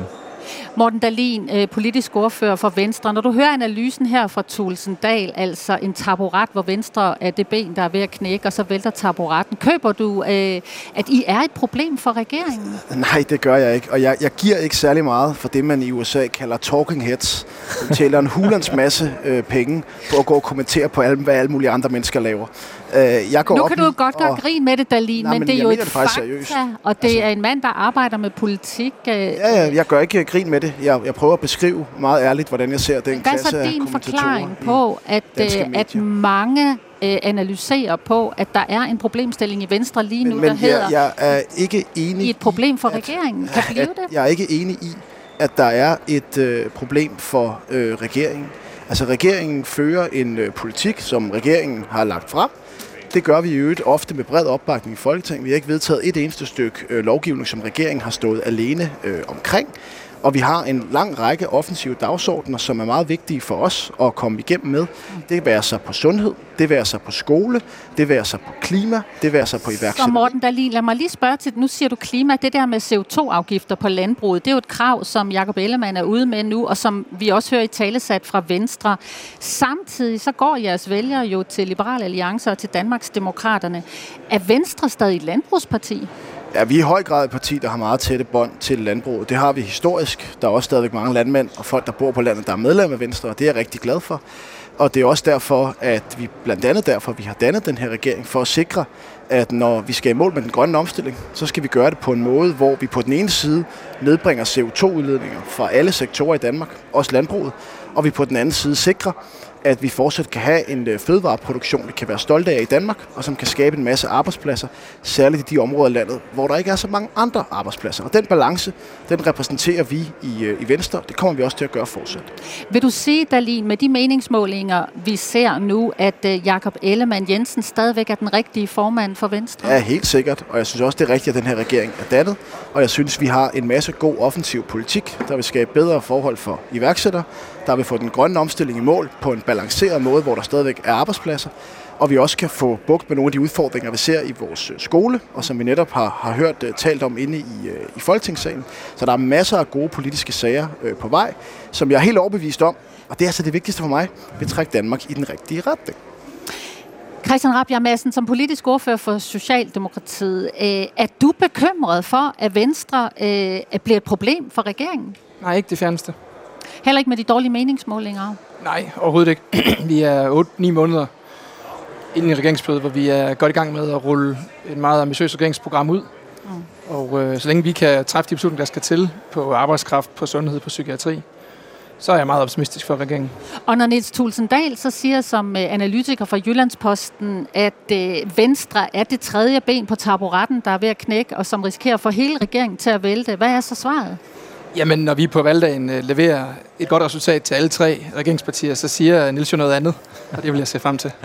Morten Dahlin, øh, politisk ordfører for Venstre. Når du hører analysen her fra Thulesen Dahl, altså en taburet, hvor Venstre er det ben, der er ved at knække, og så vælter taburetten. Køber du, øh, at I er et problem for regeringen? Nej, det gør jeg ikke. Og jeg, jeg giver ikke særlig meget for det, man i U S A kalder talking heads. De tæller en hulens masse øh, penge på at gå og kommentere på, alle, hvad alle mulige andre mennesker laver. Øh, jeg går nu op kan du jo godt gøre grin med det, Dahlin, nej, men, men det er jo et det fakta, seriøst. og det altså, er en mand, der arbejder med politik. Øh, ja, ja, jeg gør ikke grin med det. Jeg, jeg prøver at beskrive meget ærligt, hvordan jeg ser den klasse af kommentatorer. Hvad er så din forklaring på, at, øh, at mange øh, analyserer på, at der er en problemstilling i Venstre lige nu, men, men der hedder jeg, jeg er ikke enig i et problem for at, regeringen? Kan blive at, det? Jeg er ikke enig i, at der er et øh, problem for øh, regeringen. Altså, regeringen fører en øh, politik, som regeringen har lagt frem. Det gør vi i øvrigt ofte med bred opbakning i Folketinget. Vi har ikke vedtaget et eneste stykke øh, lovgivning, som regeringen har stået alene øh, omkring. Og vi har en lang række offensive dagsordner, som er meget vigtige for os at komme igennem med. Det vil være sig på sundhed, det vil være sig på skole, det vil være sig på klima, det vil være sig på iværksætteri. Så Morten Dahlin, lad mig lige spørge til, nu siger du klima, det der med C O to afgifter på landbruget, det er jo et krav, som Jakob Ellemann er ude med nu, og som vi også hører i talesat fra Venstre. Samtidig så går jeres vælgere jo til Liberal Alliance og til Danmarks Demokraterne. Er Venstre stadig et landbrugsparti? Ja, vi er i høj grad et parti, der har meget tætte bånd til landbruget. Det har vi historisk. Der er også stadigvæk mange landmænd og folk, der bor på landet, der er medlem af Venstre, og det er jeg rigtig glad for. Og det er også derfor, at vi blandt andet derfor, vi har dannet den her regering, for at sikre, at når vi skal i mål med den grønne omstilling, så skal vi gøre det på en måde, hvor vi på den ene side nedbringer C O to udledninger fra alle sektorer i Danmark, også landbruget, og vi på den anden side sikrer, at vi fortsat kan have en fødevareproduktion, vi kan være stolte af i Danmark, og som kan skabe en masse arbejdspladser, særligt i de områder af landet, hvor der ikke er så mange andre arbejdspladser. Og den balance, den repræsenterer vi i, i Venstre. Det kommer vi også til at gøre fortsat. Vil du sige, Dahlin, med de meningsmålinger, vi ser nu, at Jakob Ellemann Jensen stadigvæk er den rigtige formand for Venstre? Ja, helt sikkert. Og jeg synes også, det er rigtigt, at den her regering er dannet. Og jeg synes, vi har en masse god offensiv politik, der vil skabe bedre forhold for iværksættere, der vil få den grønne omstilling i mål på en balanceret måde, hvor der stadigvæk er arbejdspladser, og vi også kan få bugt med nogle af de udfordringer, vi ser i vores skole, og som vi netop har, har hørt uh, talt om inde i, uh, i Folketingssalen. Så der er masser af gode politiske sager uh, på vej, som jeg er helt overbevist om, og det er altså det vigtigste for mig, vil trække Danmark i den rigtige retning. Christian Rabjerg Madsen, som politisk ordfører for Socialdemokratiet, øh, er du bekymret for, at Venstre øh, bliver et problem for regeringen? Nej, ikke det fjerneste. Heller ikke med de dårlige meningsmålinger? Nej, overhovedet ikke. Vi er otte ni måneder inden i regeringsperioden, hvor vi er godt i gang med at rulle et meget ambitiøst regeringsprogram ud. Mm. Og øh, så længe vi kan træffe de beslutninger, der skal til på arbejdskraft, på sundhed, på psykiatri, så er jeg meget optimistisk for regeringen. Og når Niels Thulesen Dahl så siger som analytiker fra Jyllandsposten, at øh, Venstre er det tredje ben på taburetten, der er ved at knække, og som risikerer at få hele regeringen til at vælte, hvad er så svaret? Jamen, når vi på valgdagen øh, leverer et godt resultat til alle tre regeringspartier, så siger Niels jo noget andet, og det vil jeg se frem til.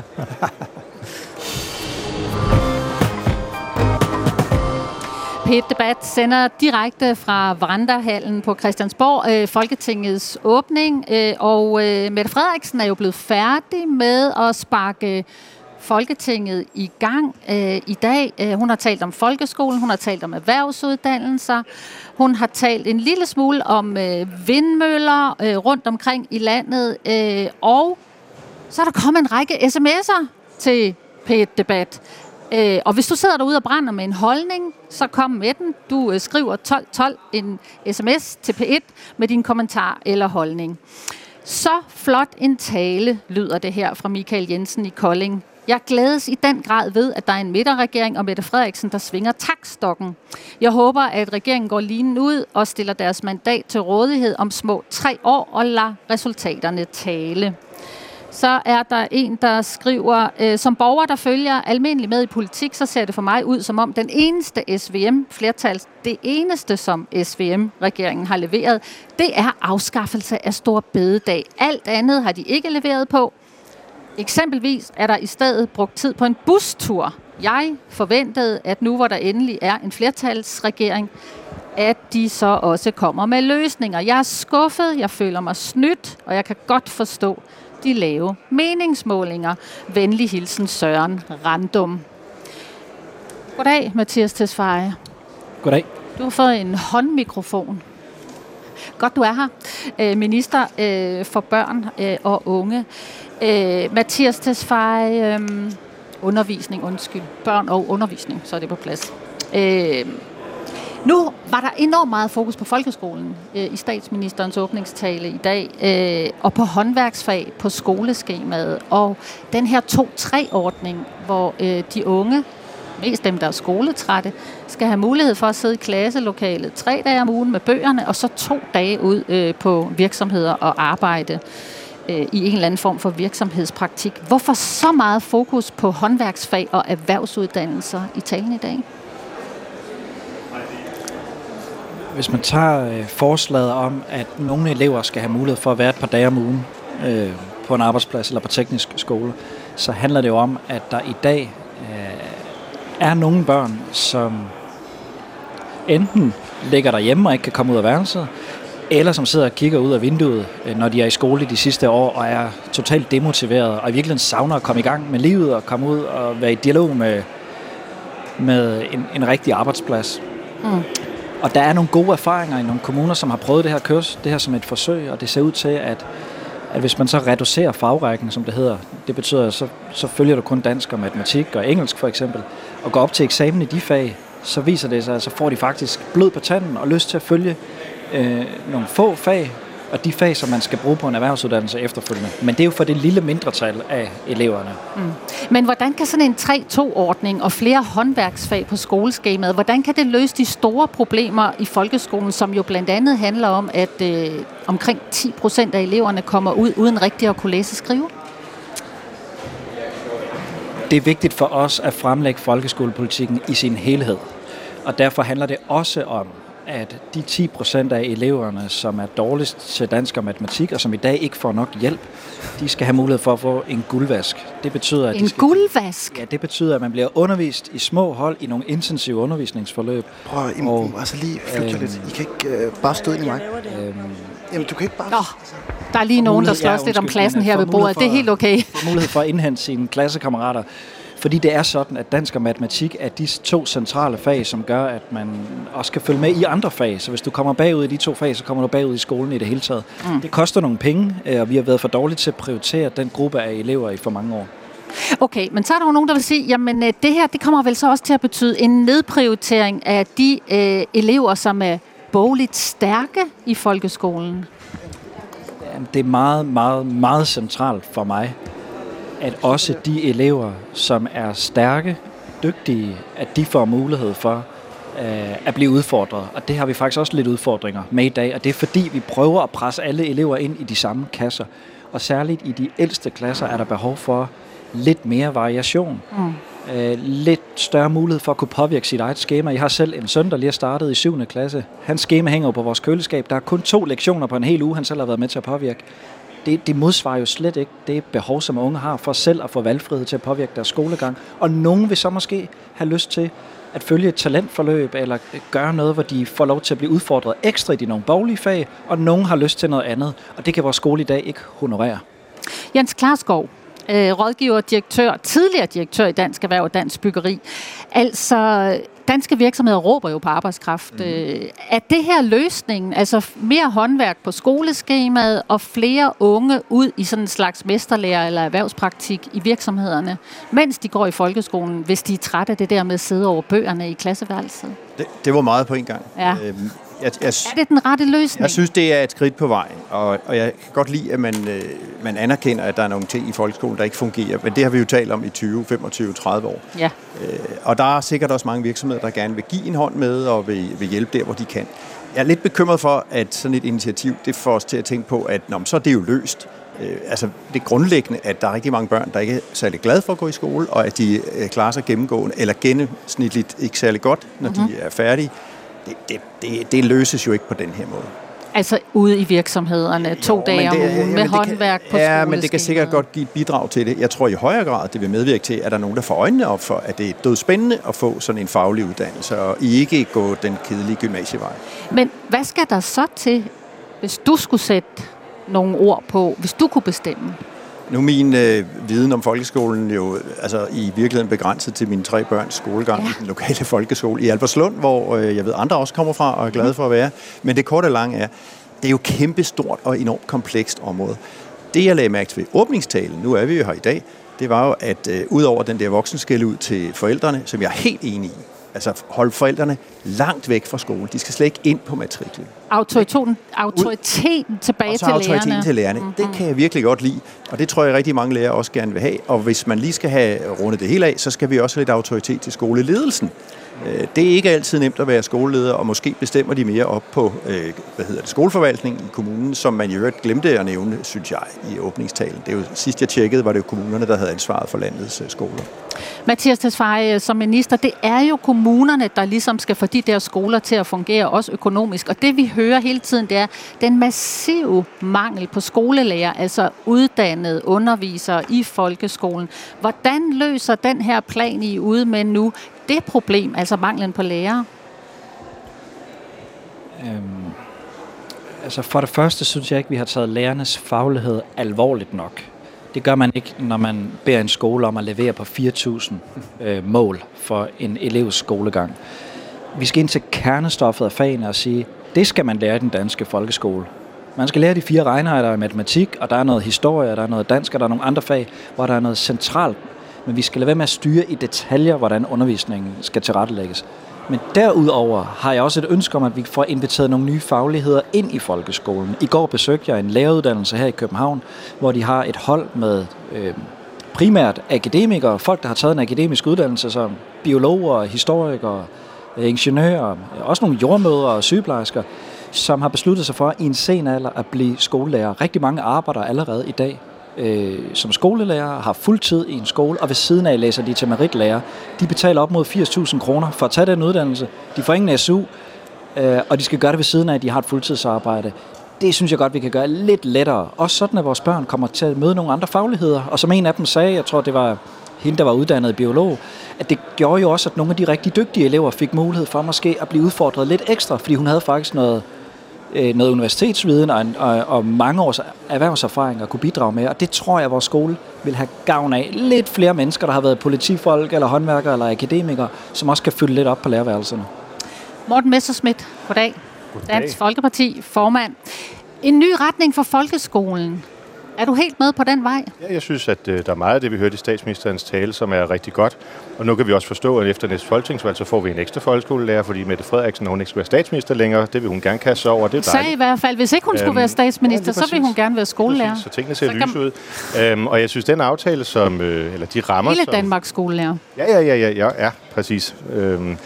P et Debat sender direkte fra Verandahallen på Christiansborg, øh, Folketingets åbning, øh, og øh, Mette Frederiksen er jo blevet færdig med at sparke Folketinget i gang øh, i dag. Øh, hun har talt om folkeskolen, hun har talt om erhvervsuddannelser, hun har talt en lille smule om øh, vindmøller øh, rundt omkring i landet, øh, og så er der kommet en række sms'er til P et Debat. Øh, og hvis du sidder derude og brænder med en holdning, så kom med den. Du øh, skriver tolv tolv en sms til P et med din kommentar eller holdning. Så flot en tale lyder det her fra Michael Jensen i Kolding. Jeg glædes i den grad ved, at der er en midterregering og Mette Frederiksen, der svinger taktstokken. Jeg håber, at regeringen går linen ud og stiller deres mandat til rådighed om små tre år og lader resultaterne tale. Så er der en, der skriver, øh, som borger, der følger almindeligt med i politik, så ser det for mig ud som om den eneste S V M-flertal, det eneste, som S V M-regeringen har leveret, det er afskaffelse af Store Bededag. Alt andet har de ikke leveret på. Eksempelvis er der i stedet brugt tid på en bustur. Jeg forventede, at nu hvor der endelig er en flertalsregering, at de så også kommer med løsninger. Jeg er skuffet, jeg føler mig snydt, og jeg kan godt forstå de lave meningsmålinger. Venlig hilsen Søren Randum. Goddag, Mathias Tesfaye. Goddag. Du har fået en håndmikrofon. Godt, du er her. Øh, minister øh, for børn øh, og unge. Øh, Mattias Tesfaye, øh, undervisning, undskyld. Børn og undervisning, så er det på plads. Øh, nu var der enormt meget fokus på folkeskolen øh, i statsministerens åbningstale i dag, øh, og på håndværksfag, på skoleskemaet, og den her to tre ordning, hvor øh, de unge, mest dem, der er skoletrætte, skal have mulighed for at sidde i klasselokalet tre dage om ugen med bøgerne, og så to dage ud øh, på virksomheder og arbejde øh, i en eller anden form for virksomhedspraktik. Hvorfor så meget fokus på håndværksfag og erhvervsuddannelser i talen i dag? Hvis man tager øh, forslaget om, at nogle elever skal have mulighed for at være et par dage om ugen øh, på en arbejdsplads eller på teknisk skole, så handler det jo om, at der i dag øh, er nogle børn, som enten ligger derhjemme og ikke kan komme ud af værelset, eller som sidder og kigger ud af vinduet, når de er i skole de sidste år, og er totalt demotiveret, og i virkeligheden savner at komme i gang med livet, og komme ud og være i dialog med, med en, en rigtig arbejdsplads. Mm. Og der er nogle gode erfaringer i nogle kommuner, som har prøvet det her kurs, det her som et forsøg, og det ser ud til, at, at hvis man så reducerer fagrækken, som det hedder, det betyder, så, så følger du kun dansk og matematik og engelsk for eksempel, og går op til eksamen i de fag, så viser det sig, at så får de faktisk blod på tanden og lyst til at følge øh, nogle få fag, og de fag, som man skal bruge på en erhvervsuddannelse efterfølgende. Men det er jo for det lille mindretal af eleverne. Mm. Men hvordan kan sådan en tre to ordning og flere håndværksfag på skoleskemaet, hvordan kan det løse de store problemer i folkeskolen, som jo blandt andet handler om, at øh, omkring ti procent af eleverne kommer ud uden rigtig at kunne læse og skrive? Det er vigtigt for os at fremlægge folkeskolepolitikken i sin helhed. Og derfor handler det også om, at de ti procent af eleverne, som er dårligst til dansk og matematik, og som i dag ikke får nok hjælp, de skal have mulighed for at få en guldvask. Det betyder, at en de skal, guldvask? Ja, det betyder, at man bliver undervist i små hold i nogle intensive undervisningsforløb. Prøv at og, altså lige flytte øhm, lidt. I kan ikke øh, bare støde ind i mig. Øhm, Jamen, du kan ikke bare... Nå, der er lige nogen, der slås ja, lidt om klassen her ved bordet. Det er helt okay. For mulighed for at indhente sine klassekammerater. Fordi det er sådan, at dansk og matematik er de to centrale fag, som gør, at man også kan følge med i andre fag. Så hvis du kommer bagud i de to fag, så kommer du bagud i skolen i det hele taget. Mm. Det koster nogle penge, og vi har været for dårlige til at prioritere den gruppe af elever i for mange år. Okay, men så er der jo nogen, der vil sige, jamen det her, det kommer vel så også til at betyde en nedprioritering af de øh, elever, som er bogligt stærke i folkeskolen? Jamen, det er meget, meget, meget centralt for mig, at også de elever, som er stærke, dygtige, at de får mulighed for øh, at blive udfordret. Og det har vi faktisk også lidt udfordringer med i dag, og det er fordi, vi prøver at presse alle elever ind i de samme kasser. Og særligt i de ældste klasser er der behov for lidt mere variation. Mm. Øh, lidt større mulighed for at kunne påvirke sit eget skema. Jeg har selv en søn, der lige er startet i syvende klasse. Hans skema hænger på vores køleskab. Der er kun to lektioner på en hel uge, han selv har været med til at påvirke. Det, det modsvarer jo slet ikke det behov, som unge har for selv at få valgfrihed til at påvirke deres skolegang. Og nogen vil så måske have lyst til at følge et talentforløb eller gøre noget, hvor de får lov til at blive udfordret ekstra i de nogle boglige fag, og nogen har lyst til noget andet. Og det kan vores skole i dag ikke honorere. Jens Klarskov, rådgiver, direktør, tidligere direktør i Dansk Erhverv og Dansk Byggeri. Altså, danske virksomheder råber jo på arbejdskraft. Mm. Er det her løsningen, altså mere håndværk på skoleskemaet og flere unge ud i sådan en slags mesterlærer eller erhvervspraktik i virksomhederne, mens de går i folkeskolen, hvis de er trætte af det der med at sidde over bøgerne i klasseværelset? Det, det var meget på en gang. Ja. Øhm, Jeg, jeg, er det den rette løsning? Jeg synes, det er et skridt på vej, og, og jeg kan godt lide, at man, øh, man anerkender, at der er nogle ting i folkeskolen, der ikke fungerer. Men det har vi jo talt om i tyve, femogtyve, tredive år. Ja. Øh, og der er sikkert også mange virksomheder, der gerne vil give en hånd med og vil, vil hjælpe der, hvor de kan. Jeg er lidt bekymret for, at sådan et initiativ, det får os til at tænke på, at nå, så er det jo løst. Øh, altså det er grundlæggende, at der er rigtig mange børn, der ikke er særlig glade for at gå i skole, og at de øh, klarer sig gennemgående, eller gennemsnitligt ikke særlig godt, når mm-hmm. de er færdige. Det, det, det, det løses jo ikke på den her måde. Altså ude i virksomhederne, to jo, dage om ugen, med håndværk på skoleskemaet. Ja, men det kan sikkert godt give et bidrag til det. Jeg tror i højere grad, det vil medvirke til, at der er nogen, der får øjnene op for, at det er dødspændende at få sådan en faglig uddannelse, og I ikke gå den kedelige gymnasievej. Men hvad skal der så til, hvis du skulle sætte nogle ord på, hvis du kunne bestemme? Nu er min øh, viden om folkeskolen jo altså, i virkeligheden begrænset til mine tre børns skolegang ja. i den lokale folkeskole i Albertslund, hvor øh, jeg ved, andre også kommer fra og er glade for at være. Men det korte og lange er, det er jo kæmpestort og enormt komplekst område. Det, jeg lagde mærke til ved åbningstalen, nu er vi jo her i dag, det var jo, at øh, ud over den der voksenskæld ud til forældrene, som jeg er helt enig i, altså holde forældrene langt væk fra skolen. De skal slet ikke ind på matriklen. Autoriteten, autoriteten tilbage og så til autoriteten lærerne. til lærerne. Mm-hmm. Det kan jeg virkelig godt lide, og det tror jeg rigtig mange lærere også gerne vil have. Og hvis man lige skal have rundet det hele af, så skal vi også have lidt autoritet til skoleledelsen. Det er ikke altid nemt at være skoleleder, og måske bestemmer de mere op på øh, hvad hedder det, skoleforvaltningen i kommunen, som man i øvrigt glemte at nævne, synes jeg, i åbningstalen. Det er jo, sidst jeg tjekkede, var det jo kommunerne, der havde ansvaret for landets øh, skoler. Mathias Tesfaye, som minister, det er jo kommunerne, der ligesom skal få de der skoler til at fungere, også økonomisk. Og det vi hører hele tiden, det er den massive mangel på skolelærer, altså uddannede undervisere i folkeskolen. Hvordan løser den her plan, I er ude med nu, det problem, altså manglen på lærere? Øhm, altså for det første synes jeg ikke, vi har taget lærernes faglighed alvorligt nok. Det gør man ikke, når man beder en skole om at levere på fire tusind øh, mål for en elevs skolegang. Vi skal ind til kernestoffet af fagene og sige, det skal man lære i den danske folkeskole. Man skal lære de fire regner, der er matematik, og der er noget historie, der er noget dansk, og der er nogle andre fag, hvor der er noget centralt. Men vi skal lade være med at styre i detaljer, hvordan undervisningen skal tilrettelægges. Men derudover har jeg også et ønske om, at vi får inviteret nogle nye fagligheder ind i folkeskolen. I går besøgte jeg en læreruddannelse her i København, hvor de har et hold med øh, primært akademikere, folk, der har taget en akademisk uddannelse, som biologer, historikere, ingeniører, også nogle jordmødre og sygeplejersker, som har besluttet sig for i en sen alder at blive skolelærer. Rigtig mange arbejder allerede i dag øh, som skolelærer, har fuldtid i en skole, og ved siden af læser de til meritlærer. De betaler op mod firs tusind kroner for at tage den uddannelse. De får ingen S U, øh, og de skal gøre det ved siden af, at de har et fuldtidsarbejde. Det synes jeg godt, vi kan gøre lidt lettere. Også sådan, at vores børn kommer til at møde nogle andre fagligheder. Og som en af dem sagde, jeg tror, det var hende, der var uddannet biolog, at det gjorde jo også, at nogle af de rigtig dygtige elever fik mulighed for måske at blive udfordret lidt ekstra, fordi hun havde faktisk noget, øh, noget universitetsviden og, og, og mange års erhvervserfaring at kunne bidrage med. Og det tror jeg, at vores skole vil have gavn af. Lidt flere mennesker, der har været politifolk, eller håndværkere, eller akademikere, som også kan fylde lidt op på lærerværelserne. Morten Messerschmidt, goddag. Goddag. Dansk Folkeparti, formand. En ny retning for folkeskolen. Er du helt med på den vej? Ja, jeg synes, at øh, der er meget af det, vi hørte i statsministerens tale, som er rigtig godt. Og nu kan vi også forstå, at efter næste folketingsvalg, så får vi en ekstra folkeskolelærer, fordi Mette Frederiksen, hun ikke skal være statsminister længere. Det vil hun gerne kaste sig over. Det er sagde i hvert fald, hvis ikke hun skulle øhm, være statsminister, ja, så vil hun gerne være skolelærer. Præcis, så tingene ser lyse ud. Øhm, og jeg synes, den aftale, som, øh, eller de rammer, Hele som... Danmarks skolelærer. Ja, ja, ja, ja, ja, ja præcis. Øhm,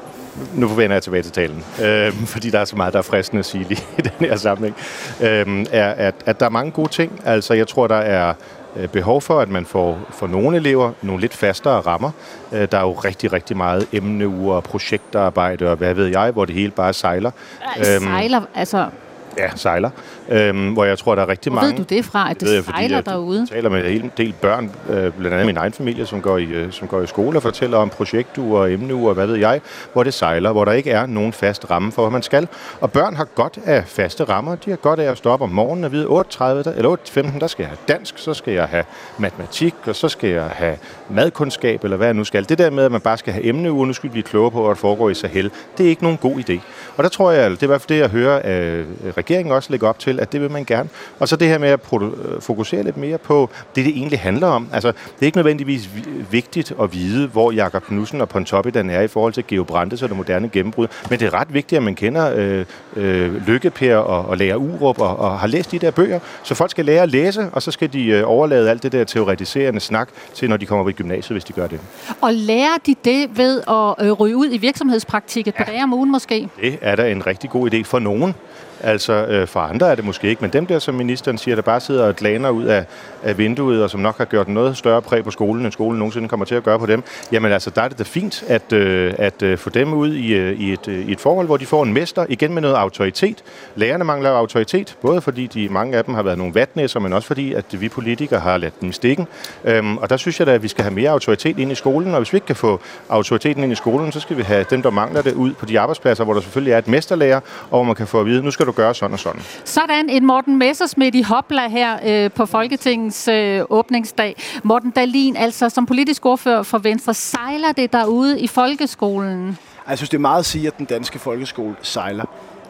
Nu forventer jeg tilbage til talen, øh, fordi der er så meget, der er fristende at sige lige i den her sammenhæng, øh, er, at, at der er mange gode ting. Altså, jeg tror, der er øh, behov for, at man får for nogle elever nogle lidt fastere rammer. Øh, der er jo rigtig, rigtig meget emneuger og projektarbejde og hvad ved jeg, hvor det hele bare sejler. Ja, sejler, altså... Ja, sejler. Øhm, hvor jeg tror, der er rigtig hvor mange... Hvor ved du det fra, at det, det jeg, sejler fordi, derude? Jeg taler med en hel del børn, øh, blandt andet min egen familie, som går, i, øh, som går i skole og fortæller om projektuger og emneuger og hvad ved jeg, hvor det sejler, hvor der ikke er nogen fast ramme for, hvad man skal. Og børn har godt af faste rammer. De har godt af at stå op om morgenen og vide otte tredive eller otte femten, der skal jeg have dansk, så skal jeg have matematik, og så skal jeg have madkundskab, eller hvad jeg nu skal. Det der med, at man bare skal have emneuger, nu skal vi blive klogere på, hvad der foregår i Sahel, det er ikke nogen god idé. Og der tror jeg, det er i hvert fald det, jeg hører af regeringen også lægger op til, at det vil man gerne. Og så det her med at produ- fokusere lidt mere på det, det egentlig handler om. Altså, det er ikke nødvendigvis vigtigt at vide, hvor Jakob Knudsen og Pontoppidan er i forhold til Georg Brandes og det moderne gennembrud. Men det er ret vigtigt, at man kender øh, øh, Lykke-Per og, og lærer Urup og, og har læst de der bøger. Så folk skal lære at læse, og så skal de øh, overlade alt det der teoretiserende snak til, når de kommer på gymnasiet, hvis de gør det. Og lærer de det ved at øh, ryge ud i virksomhedspraktik et par ja. dage om ugen måske? Det er da en rigtig god idé for nogen. Altså, øh, for andre er det måske ikke, men dem der, som ministeren siger, der bare sidder og glaner ud af, af vinduet, og som nok har gjort noget større præg på skolen, end skolen nogensinde kommer til at gøre på dem, jamen altså, der er det da fint at, øh, at øh, få dem ud i, øh, i, et, øh, i et forhold, hvor de får en mester, igen med noget autoritet. Lærerne mangler autoritet, både fordi de, mange af dem har været nogle vatnæsser, men også fordi, at vi politikere har ladt dem i stikken. Øhm, og der synes jeg da, at vi skal have mere autoritet ind i skolen, og hvis vi ikke kan få autoriteten ind i skolen, så skal vi have dem, der mangler det, ud på de arbejdspladser, hvor der selvfølgelig er et mesterlærer, og hvor man kan få at vide, nu skal du gøre sådan og sådan. Sådan en Morten Messerschmidt i Hopla her øh, på Folketingets øh, åbningsdag. Morten Dahlin, altså som politisk ordfører for Venstre, sejler det derude i folkeskolen? Jeg synes, det er meget at sige, at den danske folkeskole sejler.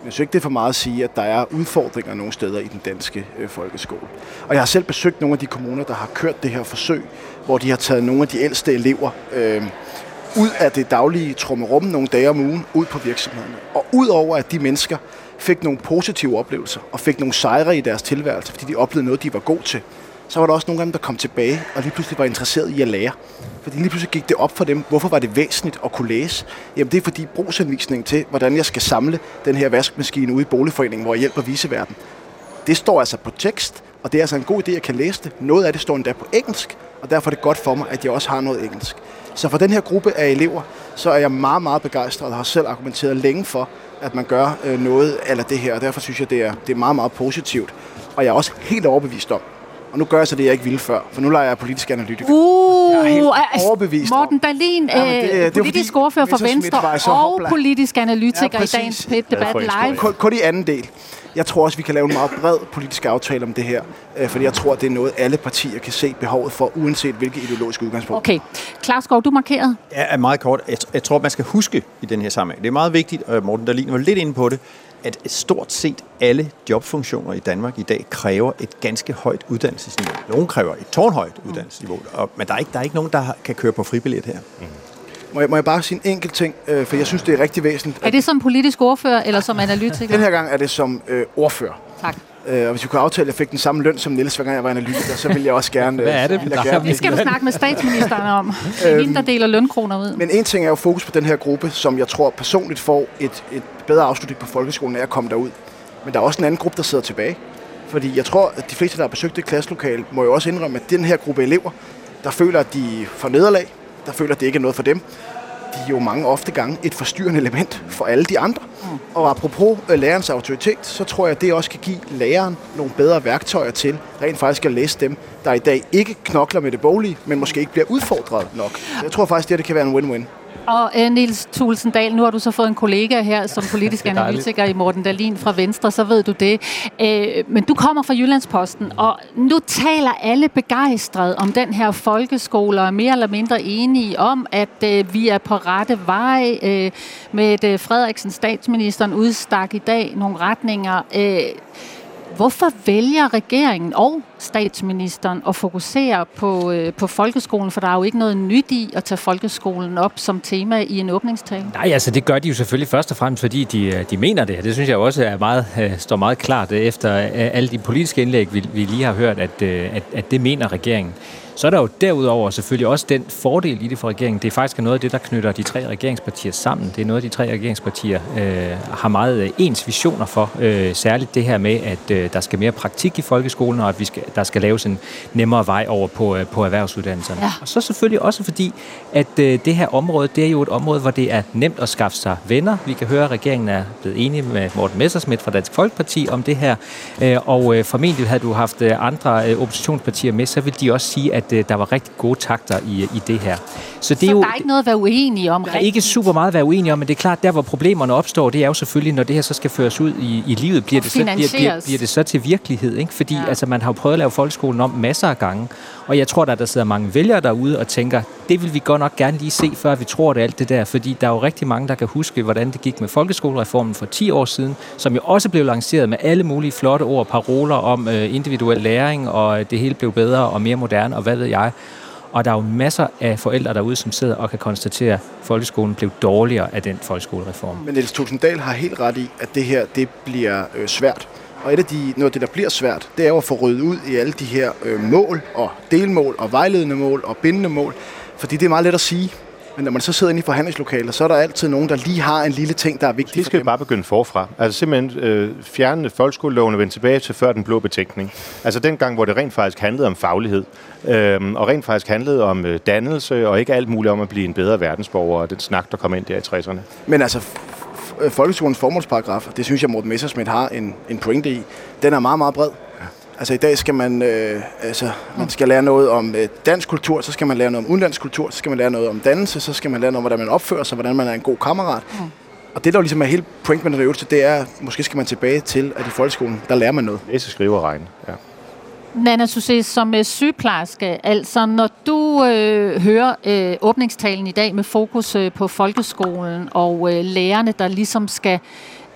jeg synes ikke, det er for meget at sige, at der er udfordringer nogle steder i den danske øh, folkeskole. Og jeg har selv besøgt nogle af de kommuner, der har kørt det her forsøg, hvor de har taget nogle af de ældste elever øh, ud af det daglige trummerum nogle dage om ugen, ud på virksomhederne. Og udover at de mennesker fik nogle positive oplevelser og fik nogle sejre i deres tilværelse, fordi de oplevede noget, de var gode til, så var der også nogle af dem, der kom tilbage og lige pludselig var interesseret i at lære. Fordi lige pludselig gik det op for dem, hvorfor var det væsentligt at kunne læse? Jamen det er fordi brugsanvisning til, hvordan jeg skal samle den her vaskemaskine ude i boligforeningen, hvor jeg hjælper viceverden. Det står altså på tekst, og det er altså en god idé, at jeg kan læse det. Noget af det står endda på engelsk, og derfor er det godt for mig, at jeg også har noget engelsk. Så for den her gruppe af elever, så er jeg meget, meget begejstret og har selv argumenteret længe for, at man gør øh, noget af det her, og derfor synes jeg, det er, det er meget, meget positivt. Og jeg er også helt overbevist om, og nu gør jeg så det, jeg ikke ville før, for nu leger jeg politisk analytiker. Uh, jeg er helt overbevist Morten Dahlin, ja, det, det, politisk fordi, ordfører for Venstre og politisk analytiker ja, i dagens P et-debat live. Kun, kun i anden del. Jeg tror også, vi kan lave en meget bred politisk aftale om det her, øh, fordi jeg tror, det er noget, alle partier kan se behovet for, uanset hvilket ideologisk udgangspunkt. Okay. Klarsgaard, du markerede? Ja, meget kort. Jeg, jeg tror, man skal huske i den her sammenhæng. Det er meget vigtigt, og Morten Dahlin var lidt inde på det, at stort set alle jobfunktioner i Danmark i dag kræver et ganske højt uddannelsesniveau. Nogle kræver et tårnhøjt uddannelsesniveau, og, men der er, ikke, der er ikke nogen, der kan køre på fribillet her. Mm. Må jeg, må jeg bare sige en enkelt ting, øh, for jeg synes, det er rigtig væsentligt. Er det som politisk ordfører eller som analytiker? Den her gang er det som øh, ordfører. Tak. Øh, og hvis vi kunne aftale, at jeg fik den samme løn som Niels, hver gang jeg var analytiker, så ville jeg også gerne... Hvad er det? Jeg gerne, det skal du snakke med statsministeren om. Det er hende, der deler lønkroner ud. Men en ting er jo fokus på den her gruppe, som jeg tror personligt får et, et bedre afslutning på folkeskolen, når jeg kommer derud. Men der er også en anden gruppe, der sidder tilbage. Fordi jeg tror, at de fleste, der har besøgt det klasselokale, må jo også indrømme, at den her gruppe elever, der føler, at de får nederlag, der føler, at det ikke er noget for dem, de er jo mange ofte gange et forstyrrende element for alle de andre. Mm. Og apropos uh, lærerens autoritet, så tror jeg, at det også kan give læreren nogle bedre værktøjer til rent faktisk at læse dem, der i dag ikke knokler med det boglige, men måske ikke bliver udfordret nok. Jeg tror faktisk, det, det kan være en win-win. Og uh, Niels Thulesen Dahl, nu har du så fået en kollega her som politisk analytiker i Morten Dahlin fra Venstre, så ved du det. Uh, men du kommer fra Jyllandsposten, og nu taler alle begejstret om den her folkeskole, og er mere eller mindre enige om, at uh, vi er på rette vej. Uh, med uh, Frederiksen, statsministeren, udstak i dag nogle retninger. Uh, Hvorfor vælger regeringen og statsministeren at fokusere på, øh, på folkeskolen? For der er jo ikke noget nyt i at tage folkeskolen op som tema i en åbningstale. Nej, altså det gør de jo selvfølgelig først og fremmest, fordi de, de mener det. Det synes jeg også er meget, øh, står meget klart efter alle de politiske indlæg, vi, vi lige har hørt, at, øh, at, at det mener regeringen. Så er der jo derudover selvfølgelig også den fordel i det for regeringen. Det er faktisk noget af det, der knytter de tre regeringspartier sammen. Det er noget, de tre regeringspartier øh, har meget øh, ens visioner for. Øh, særligt det her med, at øh, der skal mere praktik i folkeskolen, og at vi skal, der skal laves en nemmere vej over på, øh, på erhvervsuddannelserne. Ja. Og så selvfølgelig også fordi, at øh, det her område, det er jo et område, hvor det er nemt at skaffe sig venner. Vi kan høre, at regeringen er blevet enige med Morten Messerschmidt fra Dansk Folkeparti om det her. Øh, og øh, formentlig havde du haft øh, andre øh, oppositionspartier med, så vil de også sige, at der var rigtig gode takter i, i det her. Så, det er så jo, der er ikke noget at være uenige om? Der er ikke super meget at være uenige om, men det er klart, der hvor problemerne opstår, det er jo selvfølgelig, når det her så skal føres ud i, i livet, bliver det, så, bliver, bliver, bliver det så til virkelighed. Ikke? Fordi ja. altså, man har jo prøvet at lave folkeskolen om masser af gange, og jeg tror, der, der sidder mange vælgere derude og tænker, det vil vi godt nok gerne lige se, før vi tror det alt det der, fordi der er jo rigtig mange, der kan huske, hvordan det gik med folkeskolereformen for ti år siden, som jo også blev lanceret med alle mulige flotte ord og paroler om øh, individuel læring, og det hele blev bedre og mere moderne, og hvad ved jeg. Og der er jo masser af forældre derude, som sidder og kan konstatere, at folkeskolen blev dårligere af den folkeskolereform. Men Niels Thulesen Dahl har helt ret i, at det her det bliver øh, svært. Og et af de, noget af det, der bliver svært, det er jo at få ryddet ud i alle de her øh, mål og delmål og vejledende mål og bindende mål. Fordi det er meget let at sige. Men når man så sidder inde i forhandlingslokalet, så er der altid nogen, der lige har en lille ting, der er vigtig for dem. Det skal vi bare begynde forfra. Altså simpelthen øh, fjerne folkeskoleloven og vende tilbage til før den blå betænkning. Altså den gang, hvor det rent faktisk handlede om faglighed, øh, og rent faktisk handlede om øh, dannelse, og ikke alt muligt om at blive en bedre verdensborger, og den snak, der kom ind der i tresserne. Men altså, folkeskolens formålsparagraf, det synes jeg, Morten Messerschmidt har en, en pointe i, den er meget, meget bred. Altså i dag skal man, øh, altså, man skal lære noget om øh, dansk kultur, så skal man lære noget om udenlandsk kultur, så skal man lære noget om dannelse, så skal man lære noget om, hvordan man opfører sig, hvordan man er en god kammerat. Mm. Og det, der ligesom er hele pointen med den øvelse, det er, at måske skal man tilbage til, at i folkeskolen, der lærer man noget. Læse, skrive og regne, ja. Nana Susse, som uh, sygeplejerske, altså når du øh, hører øh, åbningstalen i dag med fokus øh, på folkeskolen og øh, lærerne, der ligesom skal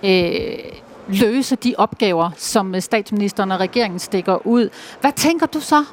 øh, løse de opgaver, som statsministeren og regeringen stikker ud. Hvad tænker du så?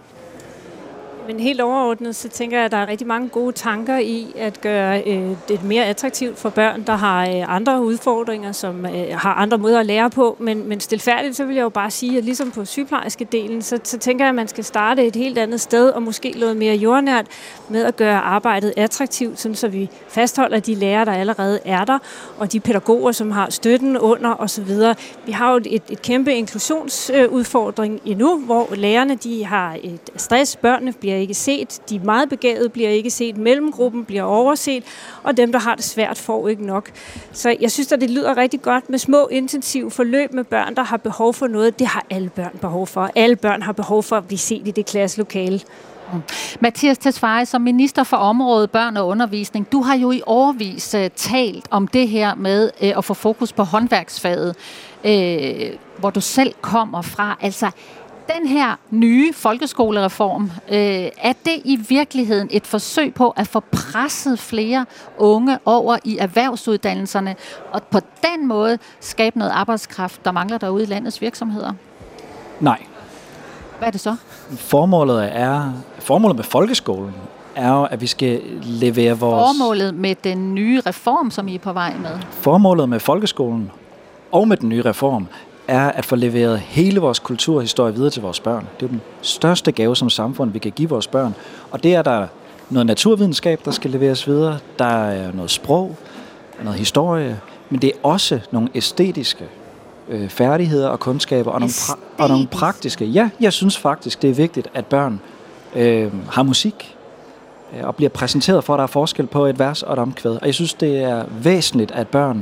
Men helt overordnet, så tænker jeg, at der er rigtig mange gode tanker i at gøre øh, det mere attraktivt for børn, der har øh, andre udfordringer, som øh, har andre måder at lære på. Men, men stilfærdigt, så vil jeg jo bare sige, at ligesom på sygeplejerskedelen, så, så tænker jeg, at man skal starte et helt andet sted, og måske noget mere jordnært med at gøre arbejdet attraktivt, sådan så vi fastholder de lærere, der allerede er der, og de pædagoger, som har støtten under osv. Vi har jo et, et kæmpe inklusionsudfordring endnu, hvor lærerne de har et stress, børnene bliver ikke set, de meget begavede bliver ikke set, mellemgruppen bliver overset, og dem, der har det svært, får ikke nok. Så jeg synes, at det lyder rigtig godt med små, intensive forløb med børn, der har behov for noget. Det har alle børn behov for. Alle børn har behov for at blive set i det klasselokale. Mm. Mathias Tesfaye, som minister for området børn og undervisning, du har jo i årevis uh, talt om det her med uh, at få fokus på håndværksfaget, uh, hvor du selv kommer fra. Altså, den her nye folkeskolereform, øh, er det i virkeligheden et forsøg på at få presset flere unge over i erhvervsuddannelserne, og på den måde skabe noget arbejdskraft, der mangler derude i landets virksomheder? Nej. Hvad er det så? Formålet er, formålet med folkeskolen er jo, at vi skal levere vores... Formålet med den nye reform, som I er på vej med? Formålet med folkeskolen og med den nye reform er at få leveret hele vores kulturhistorie videre til vores børn. Det er den største gave som samfund, vi kan give vores børn. Og det er der noget naturvidenskab, der skal leveres videre. Der er noget sprog, noget historie, men det er også nogle æstetiske øh, færdigheder og kundskaber og nogle, pra- og nogle praktiske. Ja, jeg synes faktisk, det er vigtigt, at børn øh, har musik øh, og bliver præsenteret for, at der er forskel på et vers og et omkvæd. Og jeg synes, det er væsentligt, at børn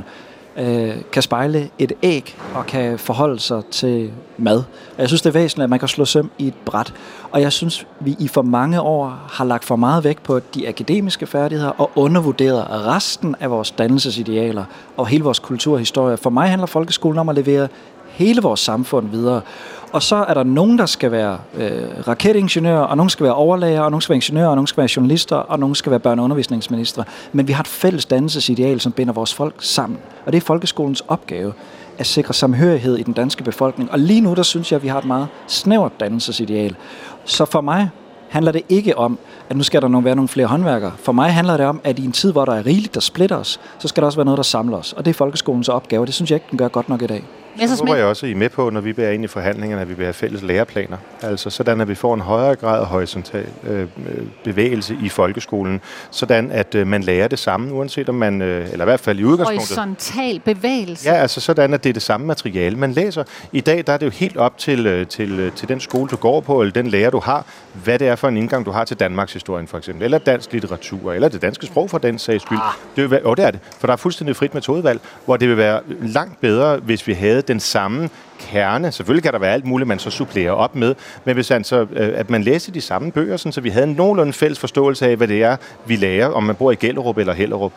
kan spejle et æg og kan forholde sig til mad. Og jeg synes, det er væsentligt, at man kan slå søm i et bræt. Og jeg synes, vi i for mange år har lagt for meget vægt på de akademiske færdigheder og undervurderet resten af vores dannelsesidealer og hele vores kulturhistorie. For mig handler folkeskolen om at levere hele vores samfund videre. Og så er der nogen, der skal være øh, raketingeniører, og nogen skal være overlæger, og nogen skal være ingeniører, og nogen skal være journalister, og nogen skal være børne- og undervisningsministre. Men vi har et fælles dannelsesideal, som binder vores folk sammen. Og det er folkeskolens opgave at sikre samhørighed i den danske befolkning. Og lige nu, der synes jeg, at vi har et meget snævert dannelsesideal. Så for mig handler det ikke om, at nu skal der være nogle flere håndværkere. For mig handler det om, at i en tid, hvor der er rigeligt, der splitter os, så skal der også være noget, der samler os. Og det er folkeskolens opgave, og det synes jeg ikke, den gør godt nok i dag. Så håber jeg også, at I er med på, når vi bliver ind i forhandlingerne, at vi vil have fælles læreplaner. Altså sådan, at vi får en højere grad af horisontal øh, bevægelse i folkeskolen. Sådan, at øh, man lærer det samme, uanset om man, øh, eller i hvert fald i udgangspunktet... Horisontal bevægelse? Ja, altså sådan, at det er det samme materiale, man læser. I dag, der er det jo helt op til, til, til den skole, du går på, eller den lærer, du har, hvad det er for en indgang, du har til Danmarks historien, for eksempel. Eller dansk litteratur, eller det danske sprog, for den sags skyld. Det vil, og det er det, for der er fuldstændig frit metodevalg, hvor det vil være langt bedre, hvis vi havde den samme kerne. Selvfølgelig kan der være alt muligt, man så supplerer op med, men hvis man så, at man læser de samme bøger, sådan, så vi havde en nogenlunde fælles forståelse af, hvad det er, vi lærer, om man bor i Gellerup eller Hellerup.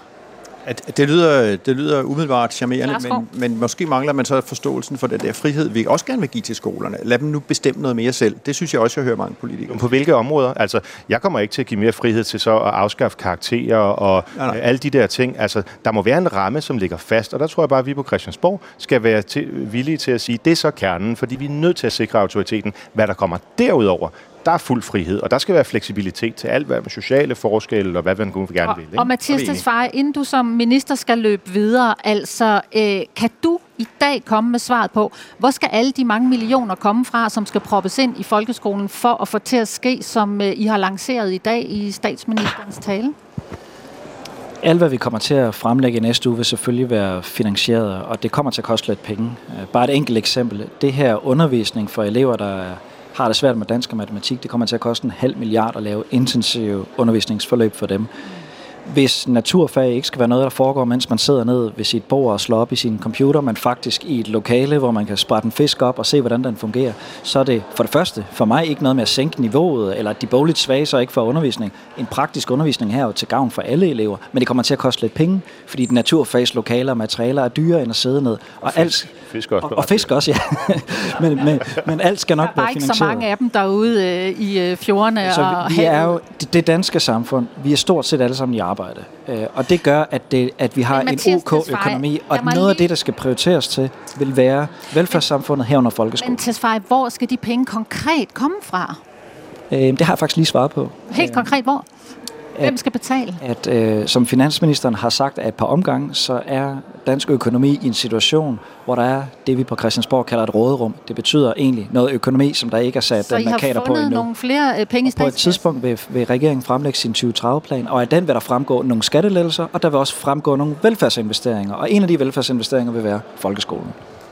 At det lyder, det lyder umiddelbart charmerende, men, men måske mangler man så forståelsen for den der frihed, vi også gerne vil give til skolerne. Lad dem nu bestemme noget mere selv. Det synes jeg også, jeg hører mange politikere. På hvilke områder? Altså, jeg kommer ikke til at give mere frihed til så at afskaffe karakterer og nej, nej. alle de der ting. Altså, der må være en ramme, som ligger fast, og der tror jeg bare, at vi på Christiansborg skal være til, villige til at sige, det er så kernen, fordi vi er nødt til at sikre autoriteten. Hvad der kommer derudover, der er fuld frihed, og der skal være fleksibilitet til alt, hvad med sociale forskelle og hvad man gerne vil. Og, ikke? og Mathias Tesfaye, inden du som minister skal løbe videre, altså øh, kan du i dag komme med svaret på, hvor skal alle de mange millioner komme fra, som skal proppes ind i folkeskolen for at få til at ske, som øh, I har lanceret i dag i statsministerens tale? Alt, hvad vi kommer til at fremlægge i næste uge, vil selvfølgelig være finansieret, og det kommer til at koste lidt penge. Bare et enkelt eksempel. Det her undervisning for elever, der har det svært med dansk og matematik, det kommer til at koste en halv milliard at lave intensive undervisningsforløb for dem. Hvis naturfag ikke skal være noget, der foregår, mens man sidder ned ved sit bord og slår op i sin computer, men faktisk i et lokale, hvor man kan sprætte en fisk op og se, hvordan den fungerer, så er det for det første for mig ikke noget med at sænke niveauet, eller at de bogligt svage så ikke får undervisning. En praktisk undervisning her er jo til gavn for alle elever, men det kommer til at koste lidt penge, fordi de naturfags lokaler og materialer er dyrere end at sidde ned. Og, og alt, fisk også. Og, og fisk også, ja. men, men, men alt skal nok være finansieret. Der er ikke så mange af dem derude øh, i øh, fjordene. Så og vi, vi er jo det danske samfund. Vi er stort set alle sammen i arbejde. Øh, og det gør, at, det, at vi har en ok økonomi, og noget lige... af det, der skal prioriteres til, vil være velfærdssamfundet herunder folkeskolen. Men Tesfaye, hvor skal de penge konkret komme fra? Øh, det har jeg faktisk lige svaret på. Helt konkret hvor? Hvem skal betale? At, at øh, som finansministeren har sagt af et par omgange, så er dansk økonomi i en situation, hvor der er det, vi på Christiansborg kalder et råderum. Det betyder egentlig noget økonomi, som der ikke er sat markader på endnu. Så I har fundet nogle flere penge i På et tidspunkt vil, vil regeringen fremlægge sin tyve tredive-plan, og af den vil der fremgå nogle skattelettelser, og der vil også fremgå nogle velfærdsinvesteringer. Og en af de velfærdsinvesteringer vil være folkeskolen.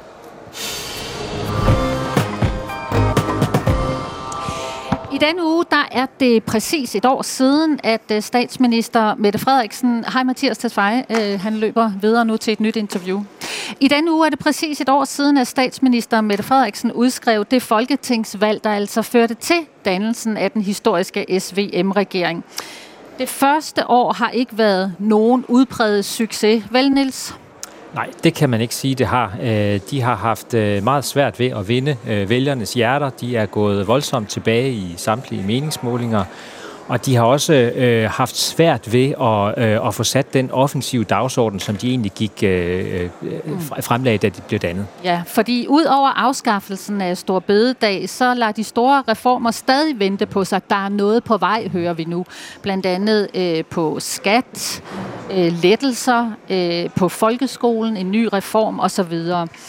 I denne uge, der er det præcis et år siden, at statsminister Mette Frederiksen... Hej Mathias Tesfaye, øh, han løber videre nu til et nyt interview. I denne uge er det præcis et år siden, at statsminister Mette Frederiksen udskrev det folketingsvalg, der altså førte til dannelsen af den historiske S V M-regering. Det første år har ikke været nogen udpræget succes. Vel, Niels? Nej, det kan man ikke sige, det har. De har haft meget svært ved at vinde vælgernes hjerter. De er gået voldsomt tilbage i samtlige meningsmålinger. Og de har også øh, haft svært ved at, øh, at få sat den offensive dagsorden, som de egentlig gik øh, fremlagde, da de blev dannet. Ja, fordi ud over afskaffelsen af Store Bededag, så lader de store reformer stadig vente på sig. Der er noget på vej, hører vi nu. Blandt andet øh, på skat, øh, lettelser, øh, på folkeskolen, en ny reform osv.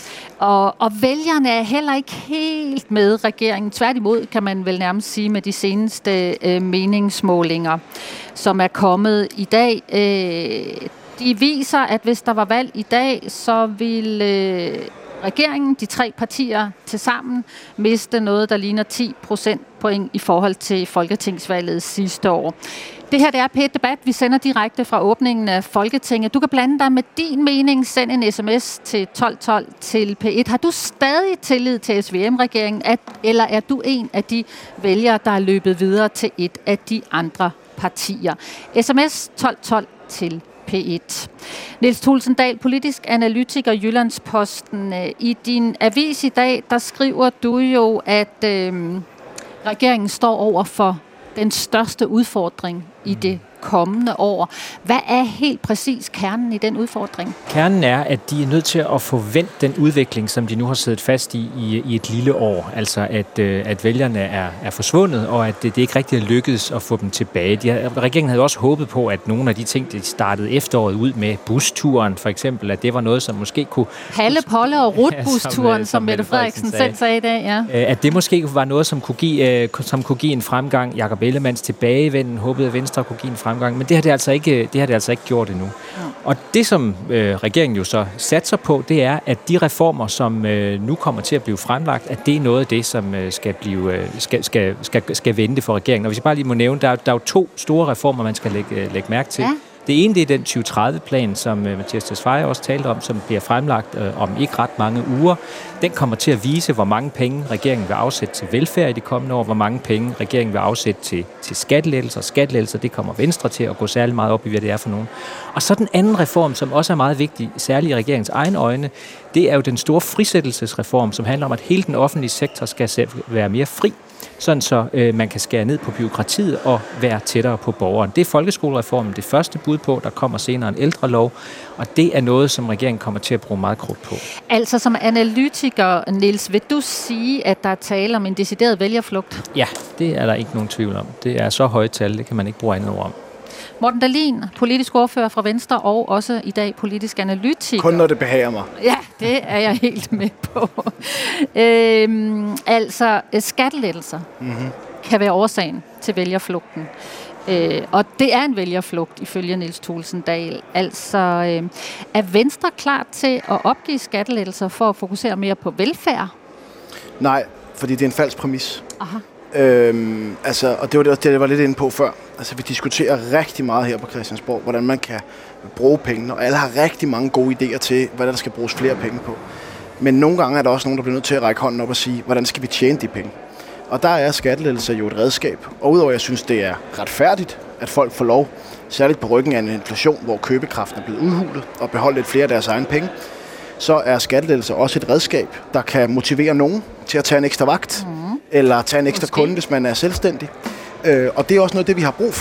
Og, og vælgerne er heller ikke helt med regeringen. Tværtimod kan man vel nærmest sige med de seneste øh, meningsmålinger, som er kommet i dag. Øh, de viser, at hvis der var valg i dag, så ville øh, regeringen, de tre partier tilsammen, miste noget, der ligner ti procentpoint i forhold til folketingsvalget sidste år. Det her det er P et Debat. Vi sender direkte fra åbningen af Folketinget. Du kan blande dig med din mening. Send en sms til tolv tolv til P et. Har du stadig tillid til S V M-regeringen, at, eller er du en af de vælgere, der er løbet videre til et af de andre partier? sms tolv tolv til P et. Niels Thulesen Dahl, politisk analytiker Jyllandsposten. I din avis i dag, der skriver du jo, at øh, regeringen står over for den største udfordring i det kommende år. Hvad er helt præcis kernen i den udfordring? Kernen er, at de er nødt til at få vendt den udvikling, som de nu har siddet fast i i, i et lille år. Altså at, at vælgerne er, er forsvundet, og at det, det ikke rigtig er lykkedes at få dem tilbage. De har, regeringen havde også håbet på, at nogle af de ting, de startede efteråret ud med, busturen for eksempel, at det var noget, som måske kunne... Palle, Polle og Rut-busturen, ja, som, som Mette Frederiksen selv sagde i dag, ja. At det måske var noget, som kunne give, som kunne give en fremgang. Jakob Ellemanns tilbagevenden håbede, at Venstre kunne give en fremgang. Men det har det altså ikke, det har det altså ikke gjort endnu. Ja. Og det, som øh, regeringen jo så satser på, det er, at de reformer, som øh, nu kommer til at blive fremlagt, at det er noget af det, som øh, skal, blive, øh, skal, skal, skal, skal vente for regeringen. Og hvis jeg bare lige må nævne, der er, der er jo to store reformer, man skal lægge, lægge mærke til. Ja. Det ene, det er den tyve tredive-plan, som uh, Mathias Tesfaye også talte om, som bliver fremlagt uh, om ikke ret mange uger. Den kommer til at vise, hvor mange penge regeringen vil afsætte til velfærd i de kommende år, hvor mange penge regeringen vil afsætte til, til skattelettelser. Skattelettelser, det kommer Venstre til at gå særlig meget op i, hvad det er for nogen. Og så den anden reform, som også er meget vigtig, særligt i regeringens egne øjne, det er jo den store frisættelsesreform, som handler om, at hele den offentlige sektor skal være mere fri, sådan så øh, man kan skære ned på bureaukratiet og være tættere på borgeren. Det er folkeskolereformen, det første bud på, der kommer senere en ældrelov, og det er noget, som regeringen kommer til at bruge meget krudt på. Altså som analytiker, Niels, vil du sige, at der er tale om en decideret vælgerflugt? Ja, det er der ikke nogen tvivl om. Det er så højt tal, det kan man ikke bruge andet ord om. Morten Dahlin, politisk ordfører fra Venstre og også i dag politisk analytiker. Kun når det behager mig. Ja, det er jeg helt med på. øhm, altså, skattelettelser mm-hmm. kan være årsagen til vælgerflugten. Øh, og det er en vælgerflugt, ifølge Niels Thulesen Dahl. Altså, øh, er Venstre klar til at opgive skattelettelser for at fokusere mere på velfærd? Nej, fordi det er en falsk præmis. Aha. Øhm, altså, og det var det, jeg var lidt inde på før. Altså, vi diskuterer rigtig meget her på Christiansborg, hvordan man kan bruge penge, og alle har rigtig mange gode idéer til, hvad der skal bruges flere penge på. Men nogle gange er der også nogen, der bliver nødt til at række hånden op og sige, hvordan skal vi tjene de penge? Og der er skattelettelser jo et redskab. Og udover at jeg synes, det er retfærdigt, at folk får lov, særligt på ryggen af en inflation, hvor købekraften er blevet udhulet, og beholde lidt flere af deres egne penge, så er skattelettelser også et redskab, der kan motivere nogen til at tage en ekstra vagt, mm. eller tage en ekstra Måske. kunde, hvis man er selvstændig. Øh, og det er også noget, det vi har brug for.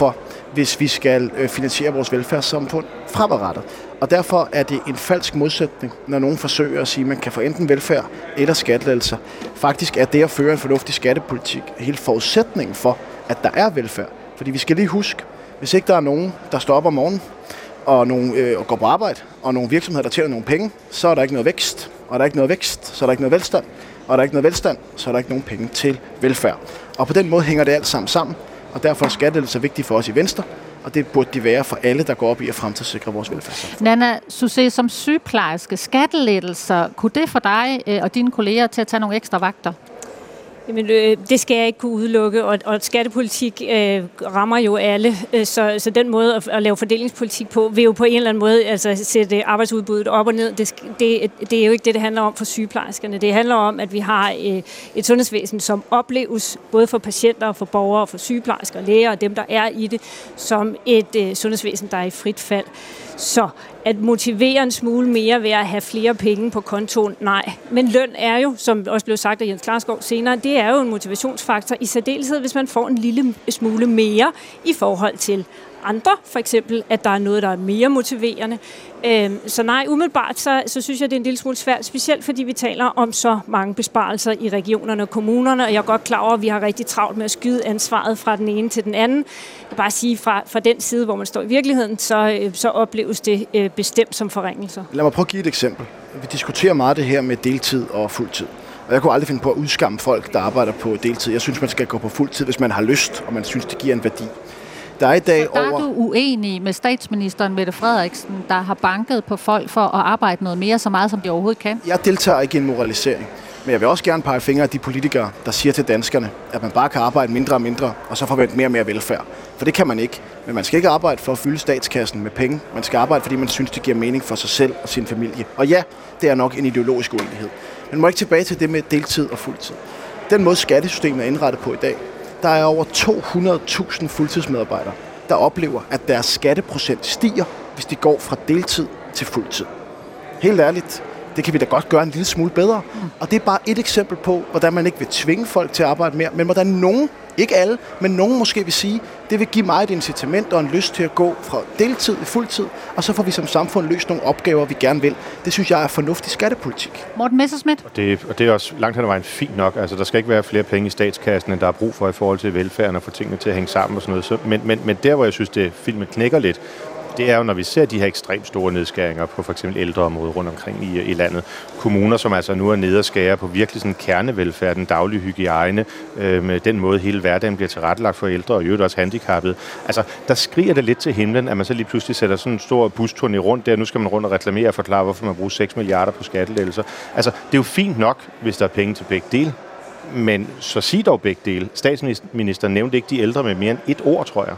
hvis vi skal øh, finansiere vores velfærdssamfund fremadrettet. Og derfor er det en falsk modsætning, når nogen forsøger at sige, at man kan få enten velfærd eller skattelettelser. Faktisk er det at føre en fornuftig skattepolitik hele forudsætningen for, at der er velfærd. Fordi vi skal lige huske, hvis ikke der er nogen, der står op om morgenen og, nogen, øh, og går på arbejde, og nogle virksomheder, der tjener nogle penge, så er der ikke noget vækst. Og er der ikke noget vækst, så er der ikke noget velstand. Og er der ikke noget velstand, så er der ikke nogen penge til velfærd. Og på den måde hænger det alt sammen sammen. Og derfor er skattelettelser vigtige for os i Venstre, og det burde de være for alle, der går op i at fremtidssikre vores velfærdssamfund. Nanna Sucé, som sygeplejerske, skattelettelser, kunne det få dig og dine kolleger til at tage nogle ekstra vagter? Jamen, øh, det skal jeg ikke kunne udelukke, og, og skattepolitik øh, rammer jo alle, øh, så, så den måde at, at lave fordelingspolitik på, vil jo på en eller anden måde altså, sætte arbejdsudbuddet op og ned. Det, det, det er jo ikke det, det handler om for sygeplejerskerne. Det handler om, at vi har øh, et sundhedsvæsen, som opleves både for patienter og for borgere og for sygeplejersker og læger og dem, der er i det, som et øh, sundhedsvæsen, der er i frit fald. Så at motivere en smule mere ved at have flere penge på kontoen, nej. Men løn er jo, som også blev sagt af Jens Klarskov senere, det er jo en motivationsfaktor i særdeleshed, hvis man får en lille smule mere i forhold til andre, for eksempel, at der er noget, der er mere motiverende. Så nej, umiddelbart, så, så synes jeg, det er en lille smule svært, specielt fordi vi taler om så mange besparelser i regionerne og kommunerne, og jeg er godt klar over, at vi har rigtig travlt med at skyde ansvaret fra den ene til den anden. Jeg vil bare sige, fra, fra den side, hvor man står i virkeligheden, så, så opleves det øh, bestemt som forringelser. Lad mig prøve at give et eksempel. Vi diskuterer meget det her med deltid og fuldtid. Og jeg kunne aldrig finde på at udskamme folk, der arbejder på deltid. Jeg synes, man skal gå på fuldtid, hvis man har lyst, og man synes, det giver en værdi. Der er i dag der er over... du uenig med statsministeren Mette Frederiksen, der har banket på folk for at arbejde noget mere, så meget som de overhovedet kan? Jeg deltager ikke i en moralisering, men jeg vil også gerne pege fingre af de politikere, der siger til danskerne, at man bare kan arbejde mindre og mindre, og så forvente mere og mere velfærd. For det kan man ikke. Men man skal ikke arbejde for at fylde statskassen med penge. Man skal arbejde, fordi man synes, det giver mening for sig selv og sin familie. Og ja, det er nok en ideologisk uenighed. Men må ikke tilbage til det med deltid og fuldtid. Den måde skattesystemet er indrettet på i dag, der er over to hundrede tusind fuldtidsmedarbejdere, der oplever, at deres skatteprocent stiger, hvis de går fra deltid til fuldtid. Helt ærligt, det kan vi da godt gøre en lille smule bedre. Og det er bare et eksempel på, hvordan man ikke vil tvinge folk til at arbejde mere, men hvordan nogen, ikke alle, men nogen måske vil sige, det vil give mig et incitament og en lyst til at gå fra deltid til fuldtid, og så får vi som samfund løst nogle opgaver, vi gerne vil. Det synes jeg er fornuftig skattepolitik. Morten Messerschmidt? Og det, og det er også langt hen ad vejen fint nok. Altså, der skal ikke være flere penge i statskassen, end der er brug for i forhold til velfærden og få tingene til at hænge sammen og sådan noget. Så, men, men, men der, hvor jeg synes, det filmen knækker lidt, det er jo, når vi ser de her ekstremt store nedskæringer på for eksempel ældreområdet rundt omkring i, i landet. Kommuner, som altså nu er nede og skærer på virkelig sådan kernevelfærd, den daglige hygiejne, øh, med den måde hele hverdagen bliver tilrettelagt for ældre og i øvrigt også handicappede. Altså, der skriger det lidt til himlen, at man så lige pludselig sætter sådan en stor busturné rundt der. Nu skal man rundt og reklamere og forklare, hvorfor man bruger seks milliarder på skattelettelser. Altså, det er jo fint nok, hvis der er penge til begge dele. Men så sig dog begge dele. Statsministeren nævnte ikke de ældre med mere end et ord, tror jeg.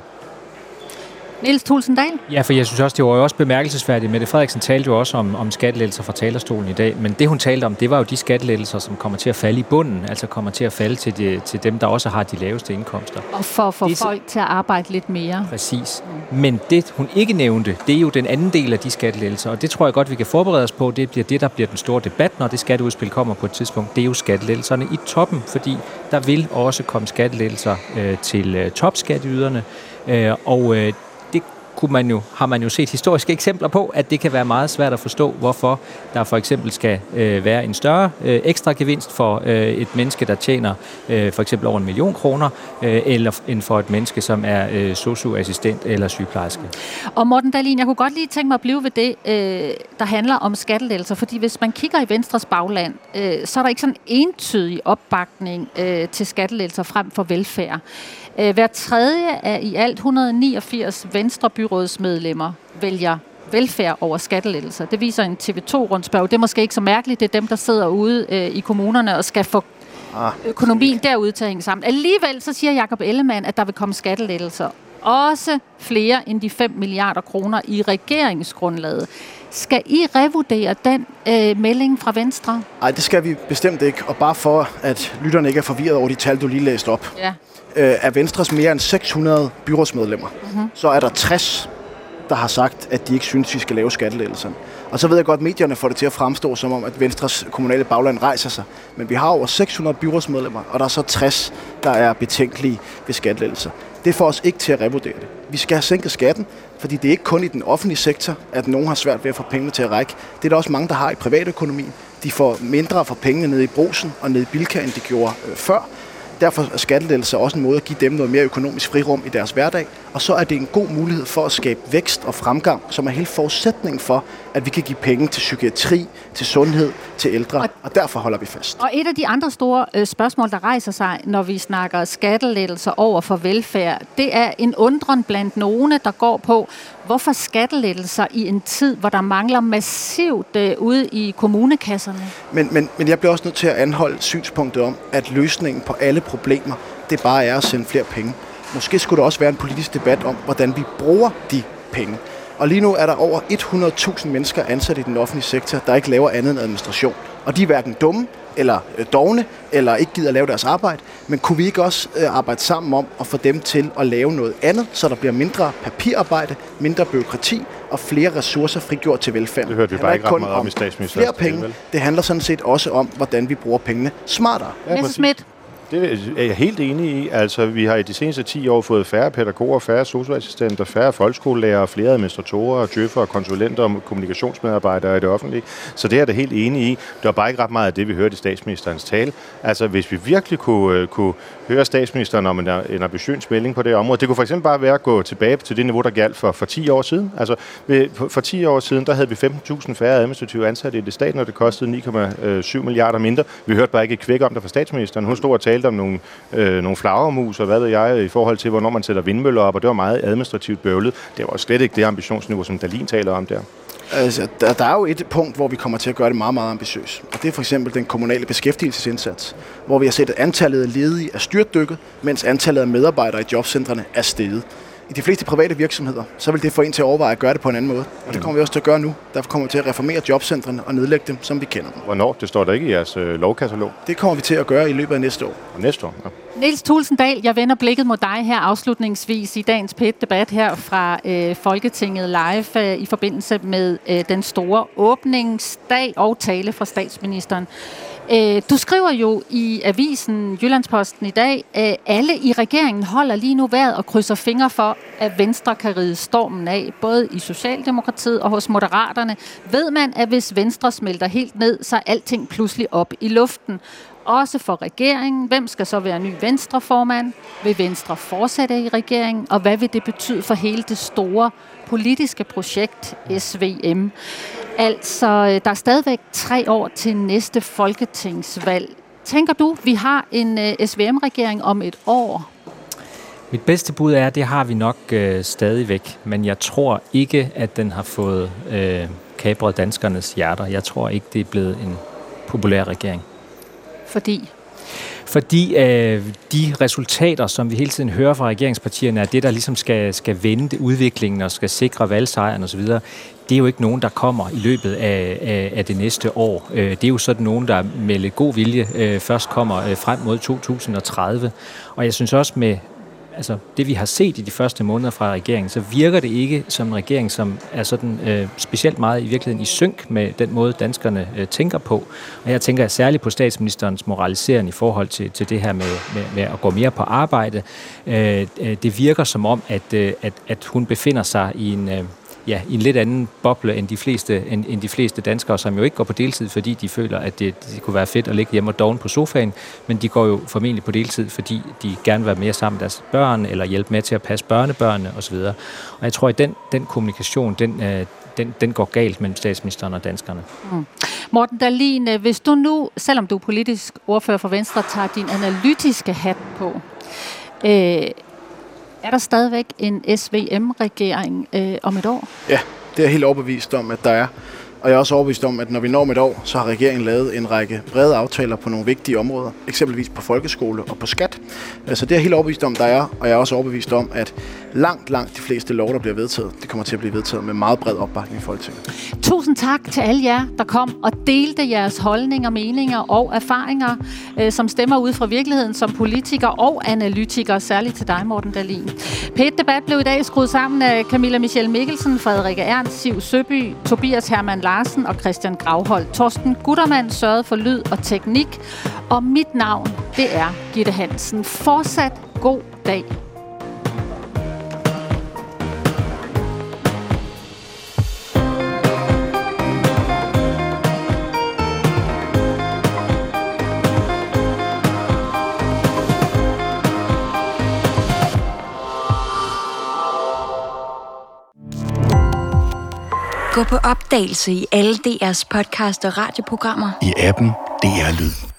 Niels Thulesen Dahl? Ja, for jeg synes også, det var jo også bemærkelsesværdigt. Mette Frederiksen talte jo også om, om skattelettelser fra talerstolen i dag, men det hun talte om, det var jo de skattelettelser, som kommer til at falde i bunden, altså kommer til at falde til, de, til dem, der også har de laveste indkomster. Og for at få det, folk til at arbejde lidt mere. Præcis. Men det, hun ikke nævnte, det er jo den anden del af de skattelettelser, og det tror jeg godt, vi kan forberede os på. Det bliver det, der bliver den store debat, når det skatteudspil kommer på et tidspunkt. Det er jo skattelettelserne i toppen, fordi der vil også komme skattelettelser øh, til øh, topskatteyderne, øh, og øh, kunne man jo, har man jo set historiske eksempler på, at det kan være meget svært at forstå, hvorfor der for eksempel skal øh, være en større øh, ekstra gevinst for øh, et menneske, der tjener øh, for eksempel over en million kroner, øh, eller end for et menneske, som er øh, sosu-assistent eller sygeplejerske. Og Morten Dahlin, jeg kunne godt lige tænke mig at blive ved det, øh, der handler om skattelettelser, fordi hvis man kigger i Venstres bagland, øh, så er der ikke sådan en entydig opbakning øh, til skattelettelser frem for velfærd. Hver tredje af i alt et hundrede og niogfirs Venstre byrådsmedlemmer vælger velfærd over skattelettelser. Det viser en T V to-rundspørg. Det er måske ikke så mærkeligt. Det er dem, der sidder ude øh, i kommunerne og skal få økonomien derude til at hænge sammen. Alligevel så siger Jakob Ellemann, at der vil komme skattelettelser. Også flere end de fem milliarder kroner i regeringsgrundlaget. Skal I revurdere den øh, melding fra Venstre? Nej, det skal vi bestemt ikke. Og bare for, at lytterne ikke er forvirret over de tal, du lige læste op. Ja. Øh, af Venstres mere end seks hundrede byrådsmedlemmer, mm-hmm. så er der tres der har sagt, at de ikke synes, vi skal lave skattelettelserne. Og så ved jeg godt, at medierne får det til at fremstå som om, at Venstres kommunale bagland rejser sig. Men vi har over seks hundrede byrådsmedlemmer, og der er så tres, der er betænkelige ved skattelettelser. Det får os ikke til at revurdere det. Vi skal have sænket skatten, fordi det er ikke kun i den offentlige sektor, at nogen har svært ved at få pengene til at række. Det er der også mange, der har i privatøkonomien. De får mindre for pengene nede i Brugsen og nede i Bilka, end de gjorde øh, før. Derfor er skattelettelser også en måde at give dem noget mere økonomisk frirum i deres hverdag. Og så er det en god mulighed for at skabe vækst og fremgang, som er hele forudsætningen for, at vi kan give penge til psykiatri, til sundhed, til ældre. Og derfor holder vi fast. Og et af de andre store øh, spørgsmål, der rejser sig, når vi snakker skattelettelser over for velfærd, det er en undren blandt nogle, der går på, hvorfor skattelettelser i en tid, hvor der mangler massivt øh, ude i kommunekasserne? Men, men, men jeg bliver også nødt til at anholde synspunktet om, at løsningen på alle problemer, det bare er at sende flere penge. Måske skulle der også være en politisk debat om, hvordan vi bruger de penge. Og lige nu er der over hundrede tusind mennesker ansat i den offentlige sektor, der ikke laver andet end administration. Og de er hverken dumme, eller dovne, eller ikke gider at lave deres arbejde. Men kunne vi ikke også arbejde sammen om at få dem til at lave noget andet, så der bliver mindre papirarbejde, mindre byråkrati og flere ressourcer frigjort til velfærd? Det hørte vi bare ikke ret meget om i statsministerens flere penge. Vel? Det handler sådan set også om, hvordan vi bruger pengene smartere. Ja, Schmidt. Det er jeg helt enig i. Altså, vi har i de seneste ti år fået færre pædagoger, færre sosu-assistenter, færre folkeskolelærere, flere administratorer, djøffere, konsulenter og kommunikationsmedarbejdere i det offentlige. Så det er jeg da helt enig i. Det var bare ikke ret meget af det, vi hørte i statsministerens tale. Altså, hvis vi virkelig kunne, kunne høre statsministeren om en, en ambitiøs melding på det område, det kunne for eksempel bare være at gå tilbage til det niveau, der galt for, for ti år siden. Altså, for ti år siden, der havde vi femten tusind færre administrative ansatte i det staten, og det kostede ni komma syv milliarder mindre. Vi hørte bare ikke et kvæk om det fra statsministeren. Hun stod og talte om nogle, øh, nogle flagermus og hvad ved jeg, i forhold til, hvornår man sætter vindmøller op, og det var meget administrativt bøvlet. Det var slet ikke det ambitionsniveau, som Dahlin taler om der. Altså, der, der er jo et punkt, hvor vi kommer til at gøre det meget, meget ambitiøst. Og det er for eksempel den kommunale beskæftigelsesindsats, hvor vi har set, at antallet af ledige er styrtdykket, mens antallet af medarbejdere i jobcentrene er steget. I de fleste private virksomheder, så vil det få en til at overveje at gøre det på en anden måde. Og det kommer vi også til at gøre nu. Derfor kommer vi til at reformere jobcentrene og nedlægge dem, som vi kender dem. Hvornår? Det står der ikke i jeres øh, lovkatalog. Det kommer vi til at gøre i løbet af næste år. Og næste år, ja. Niels Thulesen Dahl, jeg vender blikket mod dig her afslutningsvis i dagens P et-debat her fra øh, Folketinget live øh, i forbindelse med øh, den store åbningsdag og tale fra statsministeren. Øh, du skriver jo i avisen Jyllandsposten i dag, at alle i regeringen holder lige nu vejret og krydser fingre for, at Venstre kan ride stormen af. Både i Socialdemokratiet og hos Moderaterne ved man, at hvis Venstre smelter helt ned, så er alting pludselig op i luften. Også for regeringen. Hvem skal så være ny Venstre-formand? Vil Venstre fortsætte i regeringen? Og hvad vil det betyde for hele det store politiske projekt S V M? Altså, der er stadigvæk tre år til næste folketingsvalg. Tænker du, vi har en uh, S V M-regering om et år? Mit bedste bud er, at det har vi nok øh, stadigvæk, men jeg tror ikke, at den har fået øh, kapret danskernes hjerter. Jeg tror ikke, det er blevet en populær regering. Fordi? Fordi øh, de resultater, som vi hele tiden hører fra regeringspartierne, er det, der ligesom skal, skal vende udviklingen og skal sikre valgsejren osv., det er jo ikke nogen, der kommer i løbet af, af, af det næste år. Det er jo sådan nogen, der med lidt god vilje øh, først kommer øh, frem mod to tusind og tredive. Og jeg synes også med altså, det, vi har set i de første måneder fra regeringen, så virker det ikke som en regering, som er sådan øh, specielt meget i virkeligheden i synk med den måde, danskerne øh, tænker på. Og jeg tænker særligt på statsministerens moralisering i forhold til, til det her med, med, med at gå mere på arbejde. Øh, det virker som om, at, øh, at, at hun befinder sig i en... Øh, Ja, i en lidt anden boble end de fleste end, end de fleste danskere, som jo ikke går på deltid, fordi de føler, at det, det kunne være fedt at ligge hjemme og doven på sofaen, men de går jo formentlig på deltid, fordi de gerne vil være mere sammen med deres børn, eller hjælpe med til at passe børnebørnene osv. Og jeg tror, at den, den kommunikation, den, øh, den, den går galt mellem statsministeren og danskerne. Mm. Morten Dahlin, hvis du nu, selvom du er politisk ordfører for Venstre, tager din analytiske hat på, øh, er der stadigvæk en S V M-regering øh, om et år? Ja, det er jeg helt overbevist om, at der er. Og jeg er også overbevist om, at når vi når om et år, så har regeringen lavet en række brede aftaler på nogle vigtige områder, eksempelvis på folkeskole og på skat. Så det er jeg helt overbevist om, der er, og jeg er også overbevist om, at langt, langt de fleste lov, der bliver vedtaget, det kommer til at blive vedtaget med meget bred opbakning i Folketinget. Tusind tak til alle jer, der kom og delte jeres holdninger, meninger og erfaringer, øh, som stemmer ud fra virkeligheden som politiker og analytiker, særligt til dig, Morten Dahlin. P et-debat blev i dag skruet sammen af Camilla Michelle Mikkelsen, Frederikke Ernst, Siv Søby, Tobias Hermann Larsen og Christian Gravholdt. Torsten Guttermann sørgede for lyd og teknik, og mit navn, det er Gitte Hansen. Fortsat god dag. Gå på opdagelse i alle D R's podcast og radioprogrammer. I appen D R Lyd.